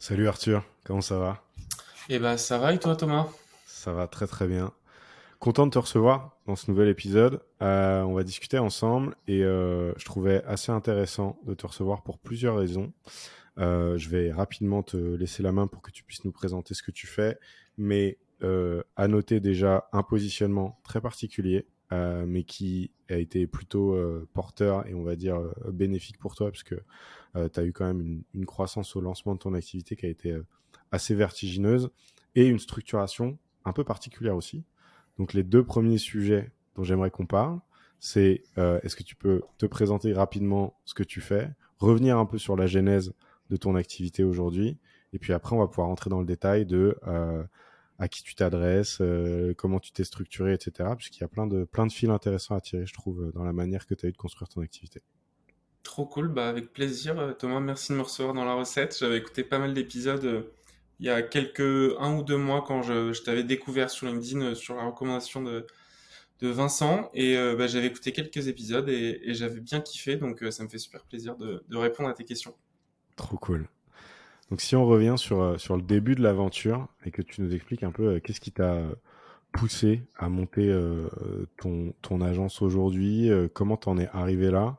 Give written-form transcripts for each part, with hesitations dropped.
Salut Arthur, comment ça va? Eh ben, ça va et toi, Thomas? Ça va très très bien. Content de te recevoir dans ce nouvel épisode. On va discuter ensemble et je trouvais assez intéressant de te recevoir pour plusieurs raisons. Je vais rapidement te laisser la main pour que tu puisses nous présenter ce que tu fais, mais à noter déjà un positionnement très particulier, mais qui a été plutôt porteur et on va dire bénéfique pour toi, parce que tu as eu quand même une croissance au lancement de ton activité qui a été assez vertigineuse et une structuration un peu particulière aussi. Donc les deux premiers sujets dont j'aimerais qu'on parle, c'est est-ce que tu peux te présenter rapidement ce que tu fais, revenir un peu sur la genèse de ton activité aujourd'hui, et puis après on va pouvoir rentrer dans le détail de à qui tu t'adresses, comment tu t'es structuré, etc. Puisqu'il y a plein de fils intéressants à tirer, je trouve, dans la manière que tu as eu de construire ton activité. Trop cool, bah avec plaisir, Thomas, merci de me recevoir dans la recette. J'avais écouté pas mal d'épisodes il y a un ou deux mois quand je t'avais découvert sur LinkedIn sur la recommandation de Vincent et bah, j'avais écouté quelques épisodes et j'avais bien kiffé donc ça me fait super plaisir de répondre à tes questions. Trop cool. Donc si on revient sur le début de l'aventure et que tu nous expliques un peu qu'est-ce qui t'a poussé à monter ton agence aujourd'hui, comment t'en es arrivé là,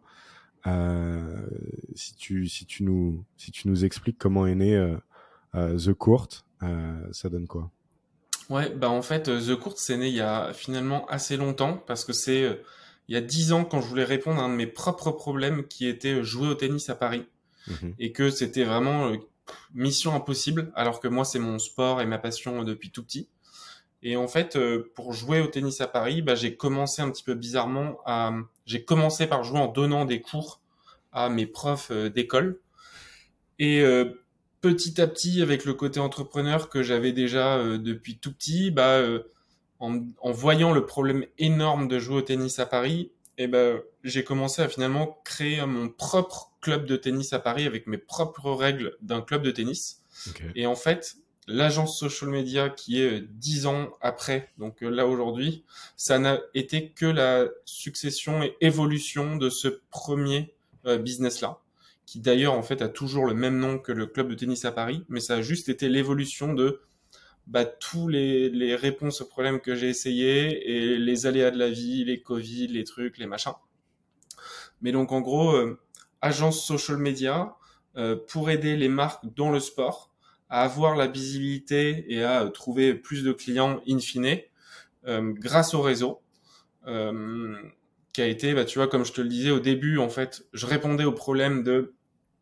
si tu nous expliques comment est né The Court, ça donne quoi? Ouais, bah en fait, The Court, c'est né il y a finalement assez longtemps, parce que c'est il y a 10 ans quand je voulais répondre à un de mes propres problèmes qui était jouer au tennis à Paris. Mhm, Et que c'était vraiment mission impossible, alors que moi c'est mon sport et ma passion depuis tout petit. Et en fait, pour jouer au tennis à Paris, bah, j'ai commencé un petit peu bizarrement à... J'ai commencé par jouer en donnant des cours à mes profs d'école. Et petit à petit, avec le côté entrepreneur que j'avais déjà depuis tout petit, bah, en voyant le problème énorme de jouer au tennis à Paris, et ben, j'ai commencé à finalement créer mon propre club de tennis à Paris avec mes propres règles d'un club de tennis. ok. Et en fait, l'agence social media qui est 10 ans après, donc là aujourd'hui, ça n'a été que la succession et évolution de ce premier business-là, qui d'ailleurs en fait a toujours le même nom que le club de tennis à Paris, mais ça a juste été l'évolution de bah, tous les réponses aux problèmes que j'ai essayé et les aléas de la vie, les Covid, les trucs, les machins. Mais donc en gros, agence social media pour aider les marques dans le sport à avoir la visibilité et à trouver plus de clients in fine grâce au réseau. Euh, qui a été, bah, tu vois, comme je te le disais au début, en fait, je répondais au problème de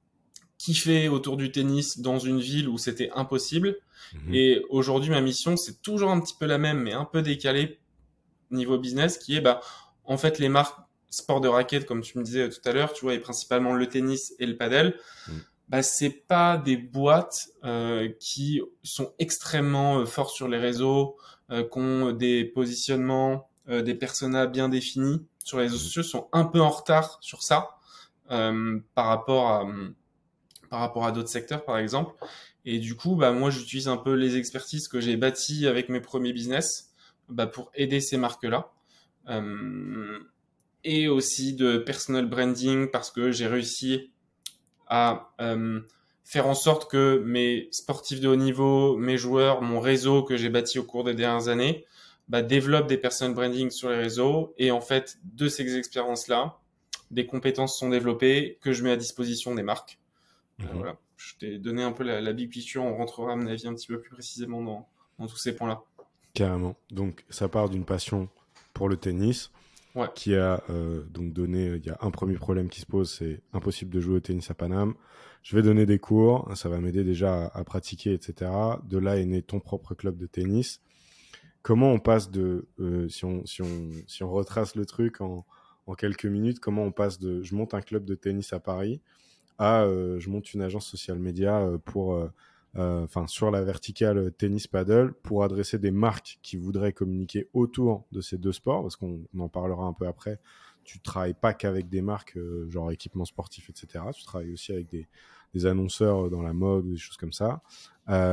kiffer autour du tennis dans une ville où c'était impossible. Mhm, Et aujourd'hui, ma mission, c'est toujours un petit peu la même, mais un peu décalée niveau business, qui est, bah, en fait, les marques sport de raquette, comme tu me disais tout à l'heure, tu vois, et principalement le tennis et le padel, mhm, bah, c'est pas des boîtes qui sont extrêmement fortes sur les réseaux, qui ont des positionnements, des personas bien définis. Sur les réseaux mhm. sociaux, sont un peu en retard sur ça par rapport à d'autres secteurs, par exemple. Et du coup, bah, moi, j'utilise un peu les expertises que j'ai bâties avec mes premiers business bah, pour aider ces marques-là. Euh, et aussi de personal branding parce que j'ai réussi à faire en sorte que mes sportifs de haut niveau, mes joueurs, mon réseau que j'ai bâti au cours des dernières années, bah, développent des personal branding sur les réseaux. Et en fait, de ces expériences-là, des compétences sont développées que je mets à disposition des marques. Mhm. Voilà, je t'ai donné un peu la big picture. On rentrera, à mon avis, un petit peu plus précisément dans tous ces points-là. Carrément. Donc ça part d'une passion pour le tennis Ouais. qui a donc donné, il y a un premier problème qui se pose, c'est impossible de jouer au tennis à Paname. Je vais donner des cours, ça va m'aider déjà à pratiquer, etc. De là est né ton propre club de tennis. Comment on passe de, si on retrace le truc en quelques minutes, comment on passe de je monte un club de tennis à Paris à je monte une agence social media pour enfin sur la verticale tennis paddle pour adresser des marques qui voudraient communiquer autour de ces deux sports parce qu'on en parlera un peu après. Tu travailles pas qu'avec des marques genre équipements sportifs, etc. Tu travailles aussi avec des annonceurs dans la mode ou des choses comme ça.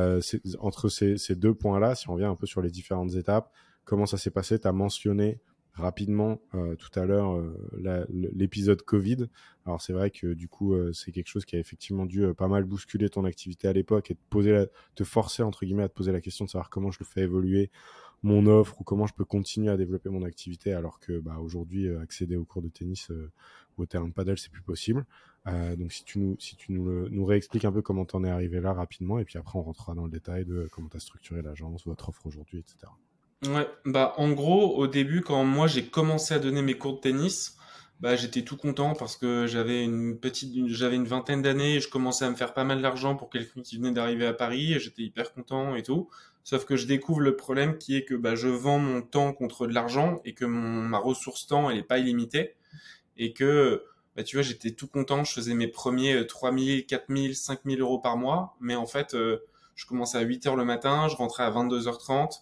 Entre ces deux points-là, si on revient un peu sur les différentes étapes, comment ça s'est passé? Tu as mentionné rapidement tout à l'heure l'épisode Covid. Alors c'est vrai que du coup c'est quelque chose qui a effectivement dû pas mal bousculer ton activité à l'époque et te forcer entre guillemets à te poser la question de savoir comment je le fais évoluer mon offre ou comment je peux continuer à développer mon activité alors que aujourd'hui accéder aux cours de tennis ou au terrain de paddle c'est plus possible. Donc si tu nous réexpliques un peu comment t'en es arrivé là rapidement et puis après on rentrera dans le détail de comment t'as structuré l'agence, votre offre aujourd'hui, etc. Ouais, bah en gros, au début, quand moi j'ai commencé à donner mes cours de tennis, bah j'étais tout content parce que j'avais une vingtaine d'années et je commençais à me faire pas mal d'argent pour quelqu'un qui venait d'arriver à Paris et j'étais hyper content et tout. Sauf que je découvre le problème qui est que bah je vends mon temps contre de l'argent et que ma ressource temps elle est pas illimitée et que bah tu vois j'étais tout content, je faisais mes premiers 3 000, 4 000, 5 000 € par mois, mais en fait je commençais à 8 heures le matin, je rentrais à 22h30.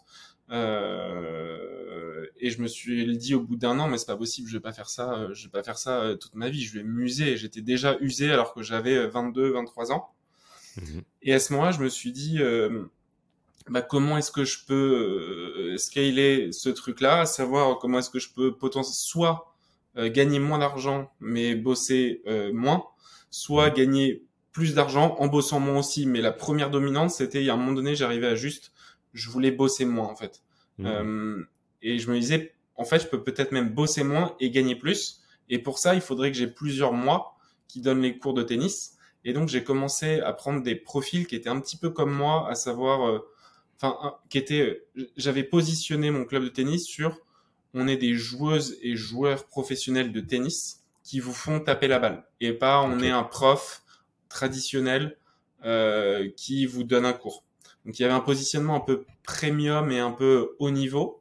Et je me suis dit au bout d'un an, mais c'est pas possible, je vais pas faire ça toute ma vie, je vais m'user. J'étais déjà usé alors que j'avais 22, 23 ans. Mhm. Et à ce moment-là, je me suis dit, bah, comment est-ce que je peux scaler ce truc-là, à savoir comment est-ce que je peux potentiellement soit gagner moins d'argent mais bosser moins, soit Mhm. gagner plus d'argent en bossant moins aussi. Mais la première dominante, c'était il y a un moment donné, j'arrivais à juste, je voulais bosser moins en fait. Mhm. Euh, et je me disais, en fait, je peux peut-être même bosser moins et gagner plus. Et pour ça, il faudrait que j'ai plusieurs mois qui donnent les cours de tennis. Et donc, j'ai commencé à prendre des profils qui étaient un petit peu comme moi, à savoir j'avais positionné mon club de tennis sur, on est des joueuses et joueurs professionnels de tennis qui vous font taper la balle et pas on Ok. est un prof traditionnel qui vous donne un cours. Donc il y avait un positionnement un peu premium et un peu haut niveau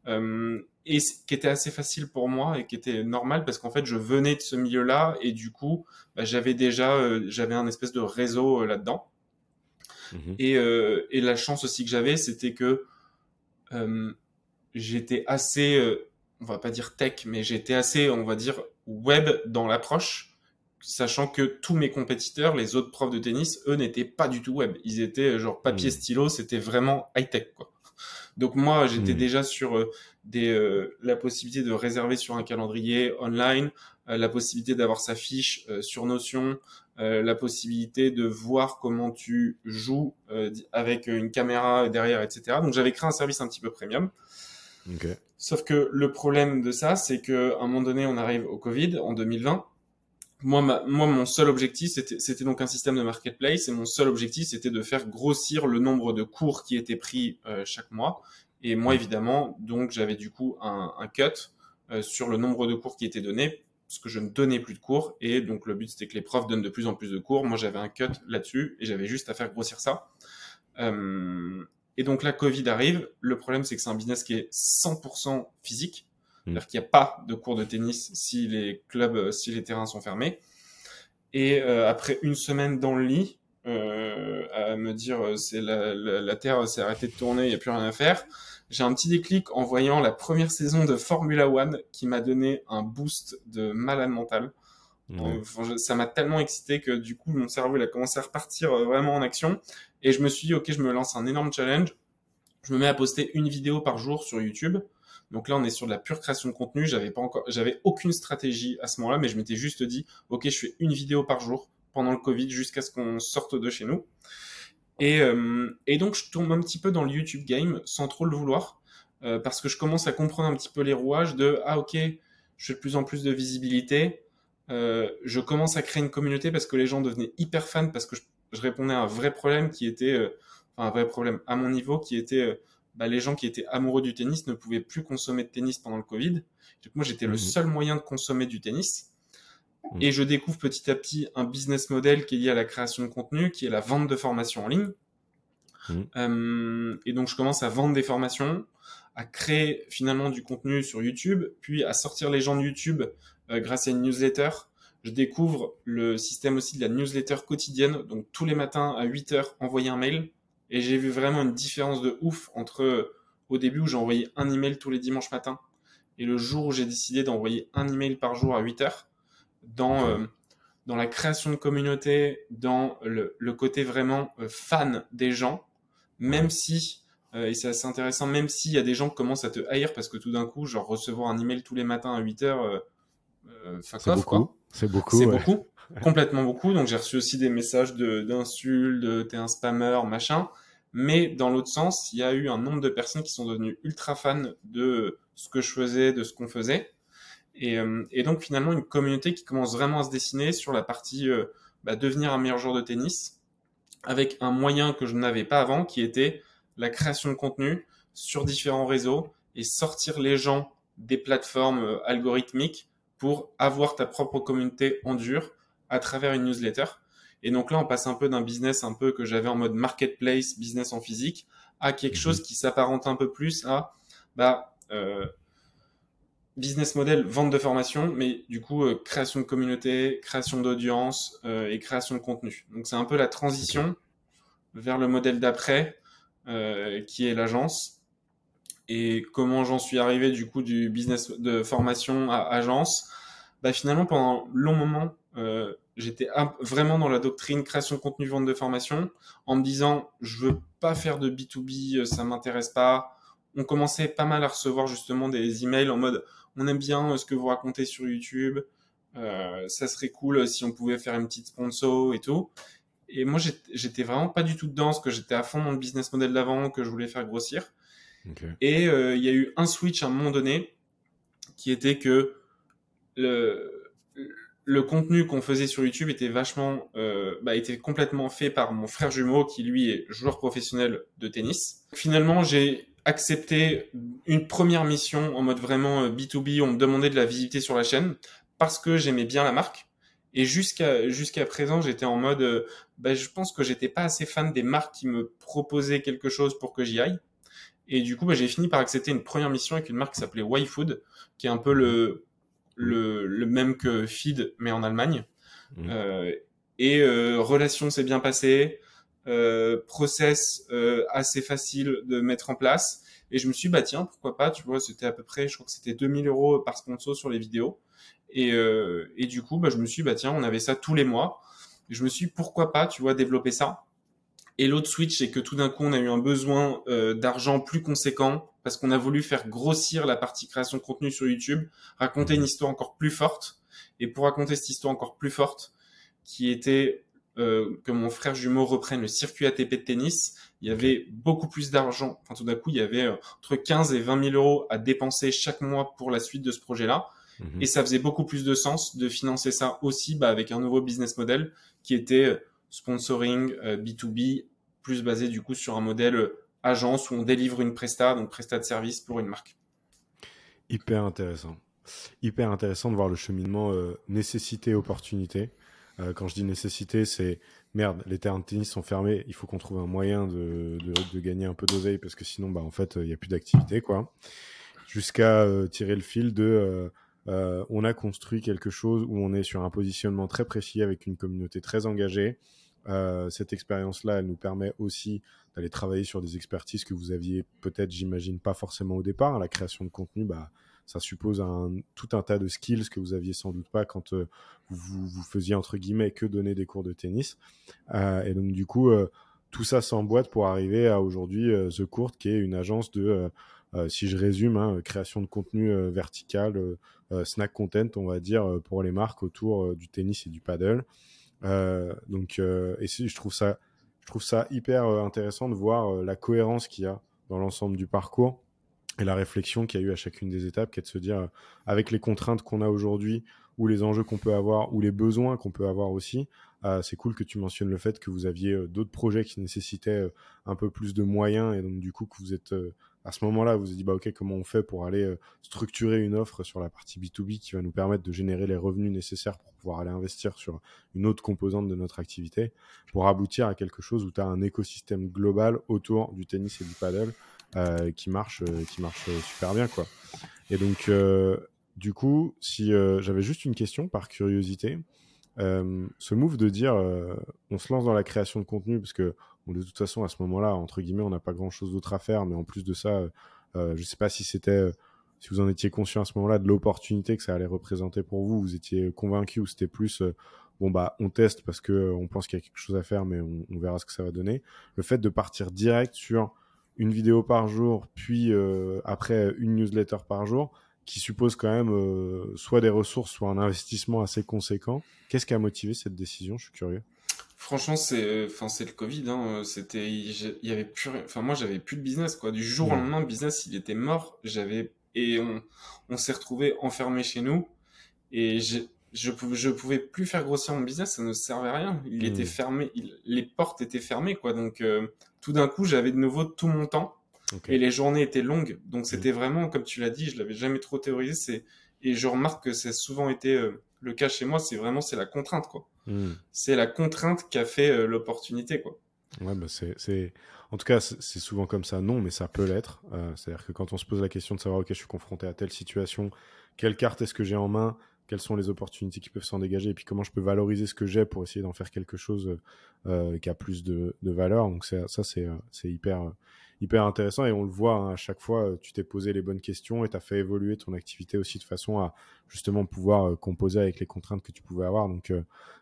et qui était assez facile pour moi et qui était normal parce qu'en fait je venais de ce milieu-là et du coup bah, j'avais un espèce de réseau là-dedans. Mhm. Et la chance aussi que j'avais, c'était que euh, j'étais assez, on va pas dire tech, mais j'étais assez, on va dire, web dans l'approche, sachant que tous mes compétiteurs, les autres profs de tennis, eux n'étaient pas du tout web. Ils étaient genre papier Mhm. stylo, c'était vraiment high-tech, quoi. Donc moi, j'étais Mhm. déjà sur la possibilité de réserver sur un calendrier online, la possibilité d'avoir sa fiche sur Notion, la possibilité de voir comment tu joues avec une caméra derrière, etc. Donc j'avais créé un service un petit peu premium. Ok. Sauf que le problème de ça, c'est qu'à un moment donné, on arrive au Covid en 2020. Moi, mon seul objectif, c'était donc un système de marketplace, et mon seul objectif, c'était de faire grossir le nombre de cours qui étaient pris chaque mois. Et moi, Mhm. évidemment, donc j'avais du coup un cut sur le nombre de cours qui étaient donnés, parce que je ne donnais plus de cours. Et donc le but, c'était que les profs donnent de plus en plus de cours. Moi, j'avais un cut là-dessus, et j'avais juste à faire grossir ça. Euh, et donc la Covid arrive. Le problème, c'est que c'est un business qui est 100% physique. Mhm. C'est-à-dire qu'il n'y a pas de cours de tennis si les clubs, si les terrains sont fermés. Et après une semaine dans le lit, à me dire c'est la Terre s'est arrêtée de tourner, il n'y a plus rien à faire, j'ai un petit déclic en voyant la première saison de Formula One qui m'a donné un boost de malade mental. Ouais. Ça m'a tellement excité que du coup mon cerveau il a commencé à repartir vraiment en action et je me suis dit ok je me lance un énorme challenge, je me mets à poster une vidéo par jour sur YouTube. Donc là, on est sur de la pure création de contenu. J'avais aucune stratégie à ce moment-là, mais je m'étais juste dit, ok, je fais une vidéo par jour pendant le Covid jusqu'à ce qu'on sorte de chez nous. Et donc, je tombe un petit peu dans le YouTube game sans trop le vouloir, parce que je commence à comprendre un petit peu les rouages de, ah ok, je fais de plus en plus de visibilité. Je commence à créer une communauté parce que les gens devenaient hyper fans parce que je répondais à un vrai problème qui était, enfin un vrai problème à mon niveau qui était, bah, les gens qui étaient amoureux du tennis ne pouvaient plus consommer de tennis pendant le Covid. Donc moi, j'étais le Mhm. seul moyen de consommer du tennis. Mhm. Et je découvre petit à petit un business model qui est lié à la création de contenu, qui est la vente de formations en ligne. Mhm. Et donc, je commence à vendre des formations, à créer finalement du contenu sur YouTube, puis à sortir les gens de YouTube grâce à une newsletter. Je découvre le système aussi de la newsletter quotidienne, donc tous les matins à 8 heures, envoyer un mail. Et j'ai vu vraiment une différence de ouf entre au début où j'ai envoyé un email tous les dimanches matins et le jour où j'ai décidé d'envoyer un email par jour à 8 heures dans, Ok. euh, dans la création de communauté, dans le côté vraiment fan des gens, même Ouais. si Et c'est assez intéressant, même s'il y a des gens qui commencent à te haïr parce que tout d'un coup, genre recevoir un email tous les matins à 8 heures, fuck C'est off, beaucoup. quoi. C'est beaucoup, C'est ouais. beaucoup, complètement beaucoup. Donc j'ai reçu aussi des messages d'insultes, de t'es un spammer, machin. Mais dans l'autre sens, il y a eu un nombre de personnes qui sont devenues ultra fans de ce que je faisais, de ce qu'on faisait. Et donc finalement une communauté qui commence vraiment à se dessiner sur la partie devenir un meilleur joueur de tennis avec un moyen que je n'avais pas avant qui était la création de contenu sur différents réseaux et sortir les gens des plateformes algorithmiques pour avoir ta propre communauté en dur à travers une newsletter. Et donc là, on passe un peu d'un business un peu que j'avais en mode marketplace, business en physique, à quelque Mhm. chose qui s'apparente un peu plus à bah, business model, vente de formation, mais du coup, création de communauté, création d'audience et création de contenu. Donc c'est un peu la Ok. transition vers le modèle d'après, qui est l'agence. Et comment j'en suis arrivé du coup du business de formation à agence. Bah, finalement, pendant un long moment, j'étais vraiment dans la doctrine création de contenu, vente de formation, en me disant je veux pas faire de B2B, ça m'intéresse pas. On commençait pas mal à recevoir justement des emails en mode on aime bien ce que vous racontez sur YouTube, ça serait cool si on pouvait faire une petite sponsor et tout. Et moi, j'étais vraiment pas du tout dedans, parce que j'étais à fond dans le business model d'avant, que je voulais faire grossir. Ok. Et il y a eu un switch à un moment donné, qui était que le, le contenu qu'on faisait sur YouTube était était complètement fait par mon frère jumeau, qui lui est joueur professionnel de tennis. Finalement, j'ai accepté une première mission en mode vraiment B2B. On me demandait de la visibilité sur la chaîne parce que j'aimais bien la marque. Et jusqu'à présent, j'étais en mode, je pense que j'étais pas assez fan des marques qui me proposaient quelque chose pour que j'y aille. Et du coup, j'ai fini par accepter une première mission avec une marque qui s'appelait YFood, qui est un peu Mhm. Oui. le même que Feed, mais en Allemagne. Mhm. Euh, relation s'est bien passée, process assez facile de mettre en place. Et je me suis dit, bah tiens, pourquoi pas, tu vois, c'était à peu près, je crois que c'était 2 000 € par sponsor sur les vidéos. Et du coup, je me suis dit, bah tiens, on avait ça tous les mois. Et je me suis dit, pourquoi pas, tu vois, développer ça. Et l'autre switch, c'est que tout d'un coup, on a eu un besoin d'argent plus conséquent parce qu'on a voulu faire grossir la partie création de contenu sur YouTube, raconter une Mhm. histoire encore plus forte. Et pour raconter cette histoire encore plus forte, qui était que mon frère jumeau reprenne le circuit ATP de tennis, il y Ok. avait beaucoup plus d'argent. Enfin, tout d'un coup, il y avait entre 15 et 20 000 € à dépenser chaque mois pour la suite de ce projet-là. Et Mhm. ça faisait beaucoup plus de sens de financer ça aussi avec un nouveau business model qui était sponsoring B2B, plus basé du coup sur un modèle agence où on délivre une presta, donc presta de service pour une marque. Hyper intéressant. Hyper intéressant de voir le cheminement nécessité-opportunité. Quand je dis nécessité, c'est merde, les terrains de tennis sont fermés, il faut qu'on trouve un moyen de gagner un peu d'oseille parce que sinon, en fait, il n'y a plus d'activité, quoi. Jusqu'à tirer le fil on a construit quelque chose où on est sur un positionnement très précis avec une communauté très engagée. Cette expérience-là, elle nous permet aussi d'aller travailler sur des expertises que vous aviez peut-être, j'imagine, pas forcément au départ. La création de contenu, ça suppose tout un tas de skills que vous aviez sans doute pas quand vous faisiez entre guillemets que donner des cours de tennis. Et donc du coup, tout ça s'emboîte pour arriver à aujourd'hui The Court, qui est une agence si je résume, création de contenu vertical, snack content, on va dire, pour les marques autour du tennis et du paddle. Je trouve ça hyper intéressant de voir la cohérence qu'il y a dans l'ensemble du parcours et la réflexion qu'il y a eu à chacune des étapes, qui est de se dire, avec les contraintes qu'on a aujourd'hui, ou les enjeux qu'on peut avoir, ou les besoins qu'on peut avoir aussi, c'est cool que tu mentionnes le fait que vous aviez d'autres projets qui nécessitaient un peu plus de moyens, et donc du coup que vous êtes, à ce moment-là, vous vous êtes dit, ok, comment on fait pour aller structurer une offre sur la partie B2B qui va nous permettre de générer les revenus nécessaires pour pouvoir aller investir sur une autre composante de notre activité, pour aboutir à quelque chose où tu as un écosystème global autour du tennis et du paddle qui marche super bien, quoi. Et donc, du coup, si j'avais juste une question par curiosité, ce move de dire on se lance dans la création de contenu parce que de toute façon à ce moment-là, entre guillemets, on n'a pas grand-chose d'autre à faire, mais en plus de ça, je sais pas si c'était si vous en étiez conscient à ce moment-là de l'opportunité que ça allait représenter pour vous, vous étiez convaincu ou c'était plus on teste parce que on pense qu'il y a quelque chose à faire, mais on verra ce que ça va donner. Le fait de partir direct sur une vidéo par jour, puis après une newsletter par jour, qui suppose quand même soit des ressources, soit un investissement assez conséquent. Qu'est-ce qui a motivé cette décision? Je suis curieux. Franchement, c'est le Covid, hein. Il y avait plus, enfin, moi, j'avais plus de business, quoi. Du jour au Hmm. lendemain, le business, il était mort. On s'est retrouvés enfermés chez nous. Et je pouvais plus faire grossir mon business, ça ne servait à rien. Il était Hmm. fermé, les portes étaient fermées, quoi. Donc, tout d'un coup, j'avais de nouveau tout mon temps Ok. et les journées étaient longues. Donc, Hmm. c'était vraiment, comme tu l'as dit, je l'avais jamais trop théorisé. Et je remarque que ça a souvent été le cas chez moi. C'est la contrainte, quoi. Hmm. C'est la contrainte qui a fait l'opportunité, quoi. Ouais, bah en tout cas, c'est souvent comme ça, non, mais ça peut l'être. C'est-à-dire que quand on se pose la question de savoir, ok, je suis confronté à telle situation, quelle carte est-ce que j'ai en main, quelles sont les opportunités qui peuvent s'en dégager, et puis comment je peux valoriser ce que j'ai pour essayer d'en faire quelque chose qui a plus de valeur. Donc c'est hyper intéressant, et on le voit, hein, à chaque fois, tu t'es posé les bonnes questions et tu as fait évoluer ton activité aussi de façon à justement pouvoir composer avec les contraintes que tu pouvais avoir. Donc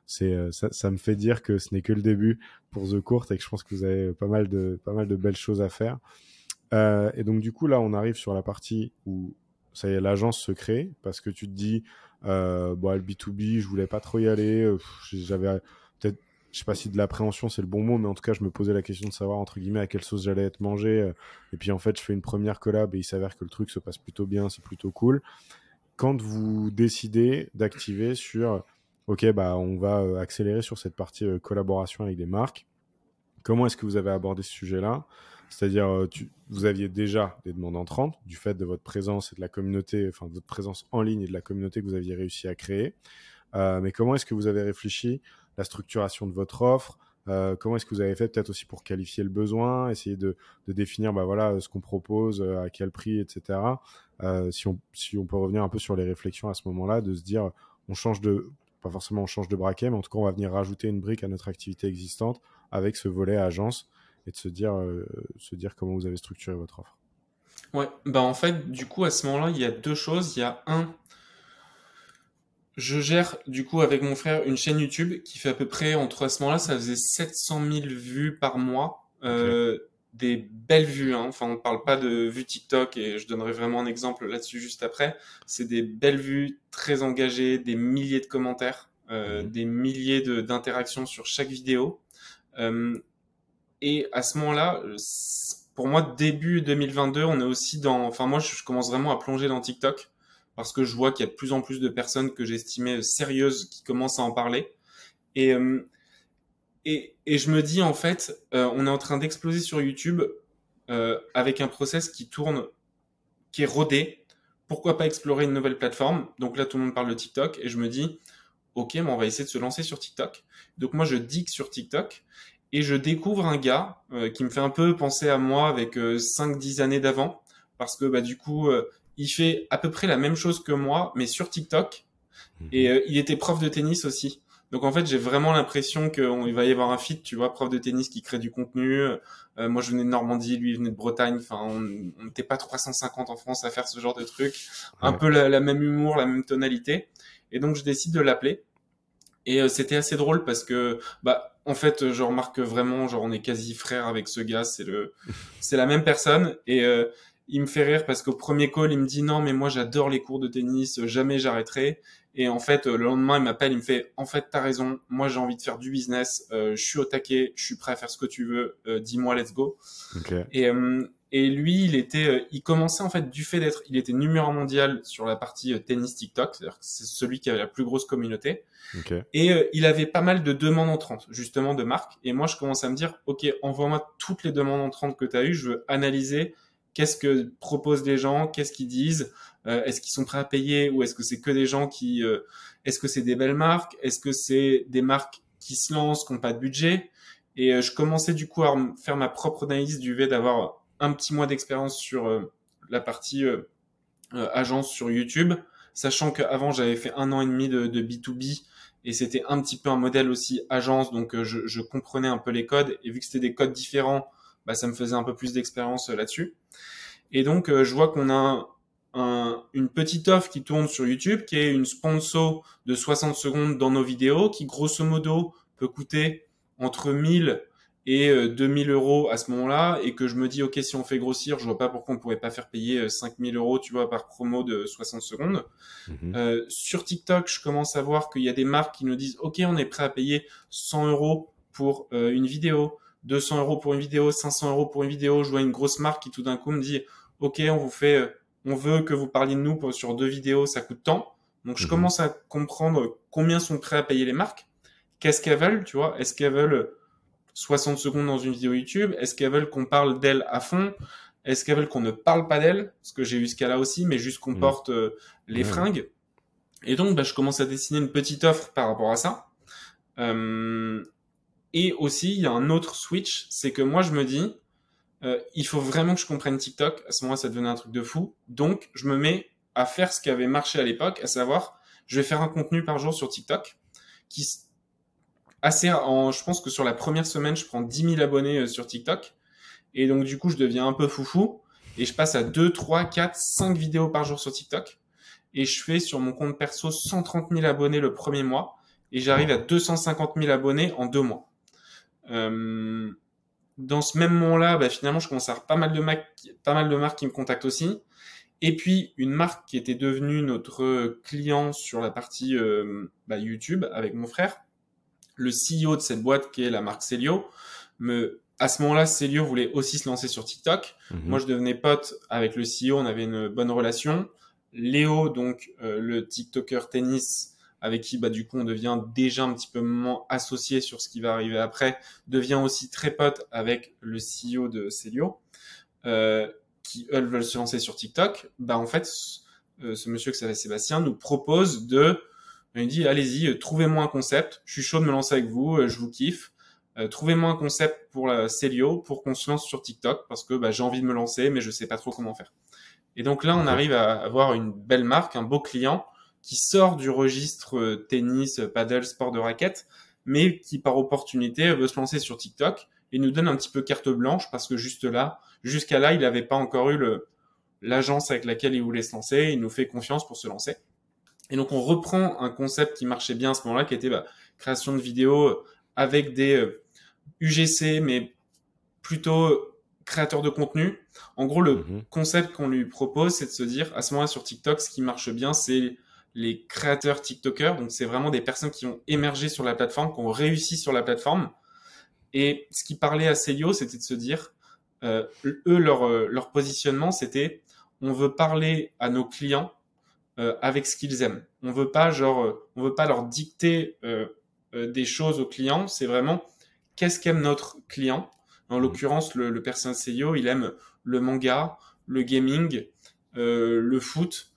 ça me fait dire que ce n'est que le début pour The Court et que je pense que vous avez pas mal de belles choses à faire. Et donc, du coup, là, on arrive sur la partie où ça y est, l'agence se crée parce que tu te dis, bon, le B2B, je voulais pas trop y aller. J'avais peut-être, je sais pas si de l'appréhension c'est le bon mot, mais en tout cas, je me posais la question de savoir, entre guillemets, à quelle sauce j'allais être mangé. Et puis, en fait, je fais une première collab et il s'avère que le truc se passe plutôt bien, c'est plutôt cool. Quand vous décidez d'activer sur, OK, bah, on va accélérer sur cette partie collaboration avec des marques, comment est-ce que vous avez abordé ce sujet-là? C'est-à-dire, vous aviez déjà des demandes entrantes du fait de votre présence et de la communauté, enfin de votre présence en ligne et de la communauté que vous aviez réussi à créer. Mais comment est-ce que vous avez réfléchi la structuration de votre offre? Comment est-ce que vous avez fait peut-être aussi pour qualifier le besoin, essayer de définir bah, voilà, ce qu'on propose, à quel prix, etc. Si on peut revenir un peu sur les réflexions à ce moment-là, de se dire, on change pas forcément on change de braquet, mais en tout cas, on va venir rajouter une brique à notre activité existante avec ce volet agence et de se dire comment vous avez structuré votre offre. Ouais, bah en fait, du coup, à ce moment-là, il y a deux choses. Il y a un, je gère du coup avec mon frère une chaîne YouTube qui fait à peu près, entre à ce moment-là, ça faisait 700 000 vues par mois. Ok. Des belles vues, hein. Enfin, on parle pas de vues TikTok et je donnerai vraiment un exemple là-dessus juste après. C'est des belles vues, très engagées, des milliers de commentaires, Mhm. des milliers d'interactions sur chaque vidéo. Euh, et à ce moment-là, pour moi, début 2022, on est aussi dans. Enfin, moi, je commence vraiment à plonger dans TikTok parce que je vois qu'il y a de plus en plus de personnes que j'estimais sérieuses qui commencent à en parler. Et, et je me dis, en fait, on est en train d'exploser sur YouTube avec un process qui tourne, qui est rodé. Pourquoi pas explorer une nouvelle plateforme? Donc là, tout le monde parle de TikTok et je me dis, ok, mais on va essayer de se lancer sur TikTok. Donc moi, je digue sur TikTok et je découvre un gars qui me fait un peu penser à moi avec 5-10 années d'avant, parce que bah, du coup, il fait à peu près la même chose que moi, mais sur TikTok, et Mhm. il était prof de tennis aussi. Donc en fait, j'ai vraiment l'impression qu'il va y avoir un fit, tu vois, prof de tennis qui crée du contenu. Moi, je venais de Normandie, lui, il venait de Bretagne. Enfin, on n'était pas 350 en France à faire ce genre de truc. Un Ouais. peu la même humour, la même tonalité. Et donc, je décide de l'appeler. Et c'était assez drôle parce que, bah, en fait, je remarque vraiment, genre, on est quasi frères avec ce gars. C'est la même personne. Et il me fait rire parce qu'au premier call, il me dit non, mais moi, j'adore les cours de tennis, jamais j'arrêterai. Et en fait, le lendemain, il m'appelle, il me fait, en fait, t'as raison. Moi, j'ai envie de faire du business. Je suis au taquet. Je suis prêt à faire ce que tu veux. Dis-moi, let's go. Ok. Et lui, il commençait en fait du fait il était numéro mondial sur la partie tennis TikTok, c'est-à-dire que c'est celui qui avait la plus grosse communauté. Ok. Et il avait pas mal de demandes entrantes, justement, de marques. Et moi, je commence à me dire, OK, envoie-moi toutes les demandes entrantes que tu as eues. Je veux analyser qu'est-ce que proposent les gens, qu'est-ce qu'ils disent, est-ce qu'ils sont prêts à payer ou est-ce que c'est que des gens est-ce que c'est des belles marques, est-ce que c'est des marques qui se lancent, qui n'ont pas de budget. Et je commençais du coup à faire ma propre analyse du fait d'avoir un petit mois d'expérience sur la partie agence sur YouTube, sachant qu'avant j'avais fait 1 an et demi de B2B et c'était un petit peu un modèle aussi agence, donc je comprenais un peu les codes et vu que c'était des codes différents, bah, ça me faisait un peu plus d'expérience là-dessus. Et donc je vois qu'on a une petite offre qui tourne sur YouTube qui est une sponsor de 60 secondes dans nos vidéos qui grosso modo peut coûter entre 1000 et 2000 euros à ce moment-là, et que je me dis, ok, si on fait grossir, je vois pas pourquoi on pourrait pas faire payer 5000 euros, tu vois, par promo de 60 secondes. Mhm. Sur TikTok, je commence à voir qu'il y a des marques qui nous disent, ok, on est prêt à payer 100 euros pour une vidéo, 200 euros pour une vidéo, 500 euros pour une vidéo. Je vois une grosse marque qui tout d'un coup me dit, ok, on vous fait, on veut que vous parliez de nous sur 2 vidéos, ça coûte tant. Donc je Mhm. commence à comprendre combien sont prêts à payer les marques, qu'est-ce qu'elles veulent, tu vois, est-ce qu'elles veulent 60 secondes dans une vidéo YouTube, est-ce qu'elles veulent qu'on parle d'elles à fond, est-ce qu'elles veulent qu'on ne parle pas d'elles, parce que j'ai eu ce cas-là aussi, mais juste qu'on Mhm. porte les Ouais, ouais. fringues. Et donc, je commence à dessiner une petite offre par rapport à ça. Euh, et aussi, il y a un autre switch, c'est que moi, je me dis, il faut vraiment que je comprenne TikTok. À ce moment-là, ça devenait un truc de fou. Donc, je me mets à faire ce qui avait marché à l'époque, à savoir, je vais faire un contenu par jour sur TikTok, qui je pense que sur la première semaine, je prends 10 000 abonnés sur TikTok. Et donc, du coup, je deviens un peu foufou. Et je passe à 2, 3, 4, 5 vidéos par jour sur TikTok. Et je fais sur mon compte perso 130 000 abonnés le premier mois. Et j'arrive à Wow. 250 000 abonnés en 2 mois. Euh, dans ce même moment-là, finalement, je commence à avoir pas mal de marques qui me contactent aussi. Et puis, une marque qui était devenue notre client sur la partie YouTube avec mon frère, le CEO de cette boîte qui est la marque Celio, à ce moment-là, Celio voulait aussi se lancer sur TikTok. Moi, Mhm. je devenais pote avec le CEO, on avait une bonne relation. Léo, donc le TikToker tennis, avec qui du coup on devient déjà un petit peu associé sur ce qui va arriver après, devient aussi très pote avec le CEO de Celio, euh, qui eux veulent se lancer sur TikTok. En fait, ce monsieur qui s'appelle Sébastien nous propose il me dit, allez-y, trouvez-moi un concept. Je suis chaud de me lancer avec vous, je vous kiffe. Trouvez-moi un concept pour la Célio pour qu'on se lance sur TikTok parce que j'ai envie de me lancer, mais je sais pas trop comment faire. Et donc là, on Ok. arrive à avoir une belle marque, un beau client qui sort du registre tennis, paddle, sport de raquette, mais qui par opportunité veut se lancer sur TikTok et nous donne un petit peu carte blanche parce que jusqu'à là, il n'avait pas encore eu l'agence avec laquelle il voulait se lancer. Il nous fait confiance pour se lancer. Et donc on reprend un concept qui marchait bien à ce moment-là, qui était création de vidéos avec des UGC, mais plutôt créateur de contenu. En gros, le Mhm. concept qu'on lui propose, c'est de se dire, à ce moment-là sur TikTok, ce qui marche bien, c'est les créateurs TikTokers. Donc c'est vraiment des personnes qui ont émergé sur la plateforme, qui ont réussi sur la plateforme. Et ce qui parlait à Celio, c'était de se dire, eux, leur positionnement, c'était, on veut parler à nos clients avec ce qu'ils aiment. On veut pas leur dicter des choses aux clients. C'est vraiment qu'est-ce qu'aime notre client. En Mhm. l'occurrence, le personnel CEO, il aime le manga, le gaming, le foot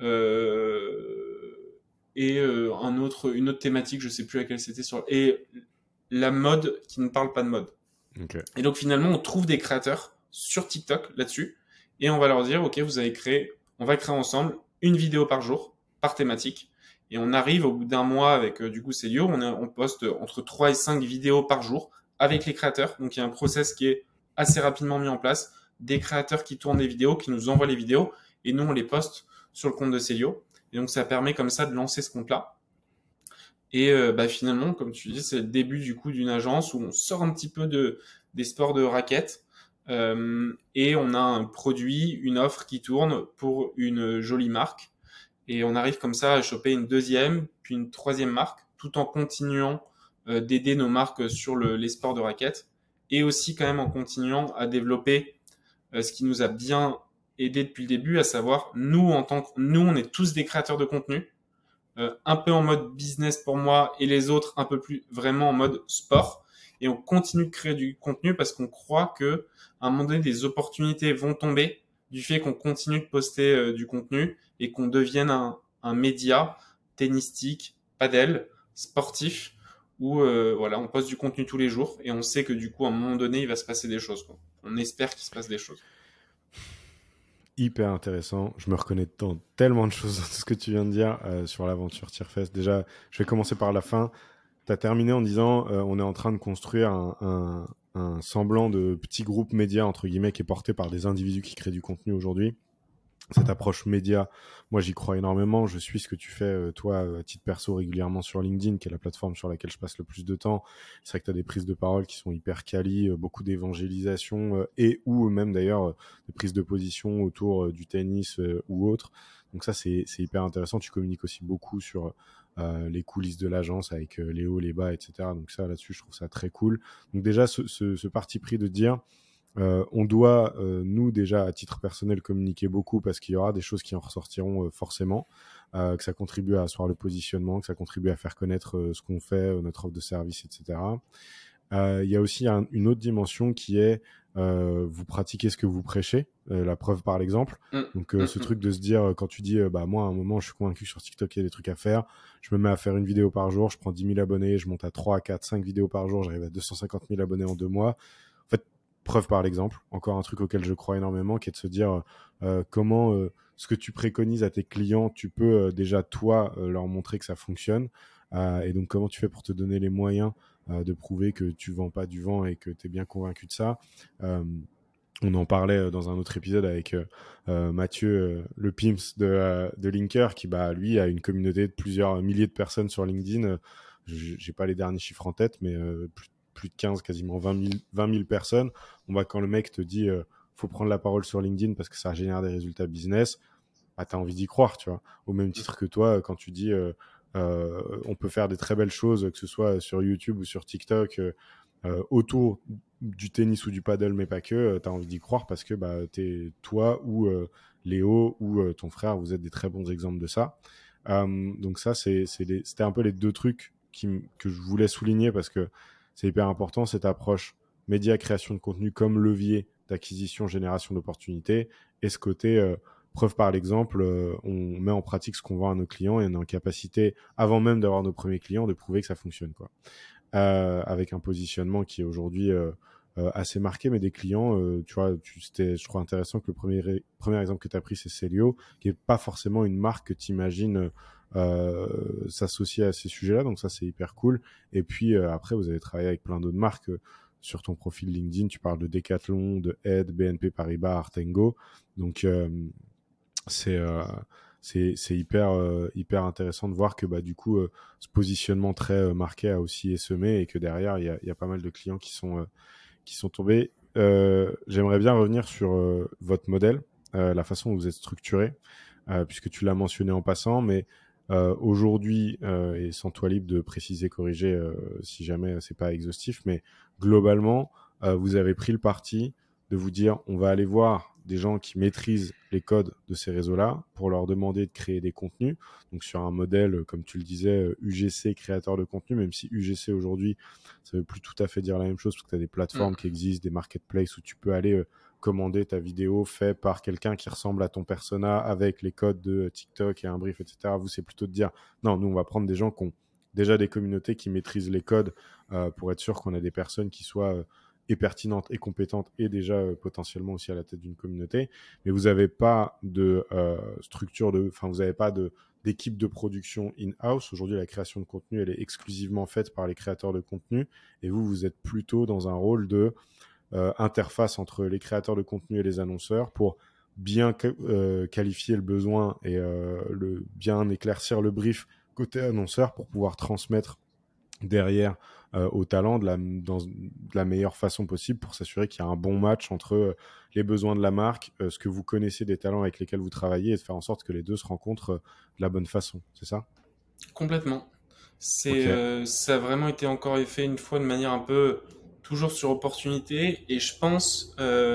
et une autre thématique, je sais plus laquelle c'était et la mode qui ne parle pas de mode. Ok. Et donc finalement, on trouve des créateurs sur TikTok là-dessus et on va leur dire, ok, on va créer ensemble une vidéo par jour, par thématique. Et on arrive au bout d'un mois avec du coup Célio, on poste entre 3 et 5 vidéos par jour avec les créateurs. Donc il y a un process qui est assez rapidement mis en place, des créateurs qui tournent des vidéos, qui nous envoient les vidéos et nous on les poste sur le compte de Célio. Et donc ça permet comme ça de lancer ce compte-là. Et finalement, comme tu dis, c'est le début du coup d'une agence où on sort un petit peu des sports de raquettes et on a un produit, une offre qui tourne pour une jolie marque. Et on arrive comme ça à choper une deuxième, puis une troisième marque, tout en continuant d'aider nos marques sur les sports de raquettes et aussi quand même en continuant à développer ce qui nous a bien aidé depuis le début, à savoir nous, on est tous des créateurs de contenu un peu en mode business pour moi et les autres un peu plus vraiment en mode sport. Et on continue de créer du contenu parce qu'on croit que à un moment donné, des opportunités vont tomber du fait qu'on continue de poster du contenu et qu'on devienne un média tennistique, padel, sportif, où voilà, on poste du contenu tous les jours et on sait que du coup, à un moment donné, il va se passer des choses, quoi. On espère qu'il se passe des choses. Hyper intéressant. Je me reconnais dans tellement de choses dans tout ce que tu viens de dire sur l'aventure Tierfest. Déjà, je vais commencer par la fin. Tu as terminé en disant on est en train de construire un semblant de petit groupe média, entre guillemets, qui est porté par des individus qui créent du contenu aujourd'hui. cette approche média, moi j'y crois énormément. Je suis ce que tu fais, toi, à titre perso, régulièrement sur LinkedIn, qui est la plateforme sur laquelle je passe le plus de temps. C'est vrai que tu as des prises de parole qui sont hyper quali, beaucoup d'évangélisation et ou même d'ailleurs des prises de position autour du tennis ou autre. Donc ça, c'est hyper intéressant. Tu communiques aussi beaucoup sur les coulisses de l'agence avec les hauts, les bas, etc. Donc ça, là-dessus, je trouve ça très cool. Donc déjà, ce parti pris de dire on doit, nous, déjà, à titre personnel, communiquer beaucoup parce qu'il y aura des choses qui en ressortiront forcément, que ça contribue à asseoir le positionnement, que ça contribue à faire connaître ce qu'on fait, notre offre de service, etc. Il y a aussi une autre dimension qui est vous pratiquez ce que vous prêchez, la preuve par l'exemple. Donc ce truc de se dire, quand tu dis, bah moi à un moment je suis convaincu que sur TikTok il y a des trucs à faire, je me mets à faire une vidéo par jour, je prends 10 000 abonnés, je monte à 3, 4, 5 vidéos par jour, j'arrive à 250 000 abonnés en 2 mois. En fait, preuve par l'exemple, encore un truc auquel je crois énormément, qui est de se dire comment ce que tu préconises à tes clients, tu peux déjà toi leur montrer que ça fonctionne. Et donc comment tu fais pour te donner les moyens de prouver que tu vends pas du vent et que tu es bien convaincu de ça. On en parlait dans un autre épisode avec Mathieu, le Pimps de Linker, qui lui a une communauté de plusieurs milliers de personnes sur LinkedIn. J'ai pas les derniers chiffres en tête, mais plus de 15, quasiment 20 000 personnes. Quand le mec te dit faut prendre la parole sur LinkedIn parce que ça génère des résultats business, t'as envie d'y croire, tu vois. Au même titre que toi, quand tu dis on peut faire des très belles choses, que ce soit sur YouTube ou sur TikTok, autour du tennis ou du paddle, mais pas que, tu as envie d'y croire parce que t'es toi ou Léo ou ton frère, vous êtes des très bons exemples de ça. Donc ça, c'était un peu les deux trucs que je voulais souligner parce que c'est hyper important, cette approche média, création de contenu comme levier d'acquisition, génération d'opportunités, et ce côté preuve par l'exemple, on met en pratique ce qu'on vend à nos clients et on est en capacité, avant même d'avoir nos premiers clients, de prouver que ça fonctionne, quoi. Avec un positionnement qui est aujourd'hui assez marqué, mais des clients, tu vois, c'était, je trouve intéressant que le premier exemple que tu as pris, c'est Célio, qui est pas forcément une marque que tu imagines s'associer à ces sujets-là, donc ça c'est hyper cool. Et puis après, vous avez travaillé avec plein d'autres marques. Sur ton profil LinkedIn, tu parles de Decathlon, de Ed, BNP Paribas, Artengo. Donc c'est hyper intéressant de voir que du coup ce positionnement très marqué a aussi semé et que derrière il y a pas mal de clients qui sont tombés. J'aimerais bien revenir sur votre modèle, la façon dont vous êtes structuré, puisque tu l'as mentionné en passant, mais aujourd'hui, et sans toi libre de préciser, corriger si jamais c'est pas exhaustif, mais globalement, vous avez pris le parti de vous dire on va aller voir des gens qui maîtrisent les codes de ces réseaux-là pour leur demander de créer des contenus. Donc sur un modèle, comme tu le disais, UGC, créateur de contenu, même si UGC aujourd'hui, ça veut plus tout à fait dire la même chose parce que tu as des plateformes qui existent, des marketplaces où tu peux aller commander ta vidéo faite par quelqu'un qui ressemble à ton persona avec les codes de TikTok et un brief, etc. Vous, c'est plutôt de dire non, nous, on va prendre des gens qui ont déjà des communautés qui maîtrisent les codes pour être sûr qu'on a des personnes qui soient et pertinentes et compétentes et déjà potentiellement aussi à la tête d'une communauté. Mais vous n'avez pas de structure vous n'avez pas d'équipe de production in-house. Aujourd'hui, la création de contenu, elle est exclusivement faite par les créateurs de contenu et vous êtes plutôt dans un rôle de interface entre les créateurs de contenu et les annonceurs pour bien qualifier le besoin et bien éclaircir le brief côté annonceur pour pouvoir transmettre derrière au talent de la meilleure façon possible pour s'assurer qu'il y a un bon match entre les besoins de la marque, ce que vous connaissez des talents avec lesquels vous travaillez et de faire en sorte que les deux se rencontrent de la bonne façon, c'est ça? Complètement. Ok. Ça a vraiment été encore fait une fois de manière un peu toujours sur opportunité et je pense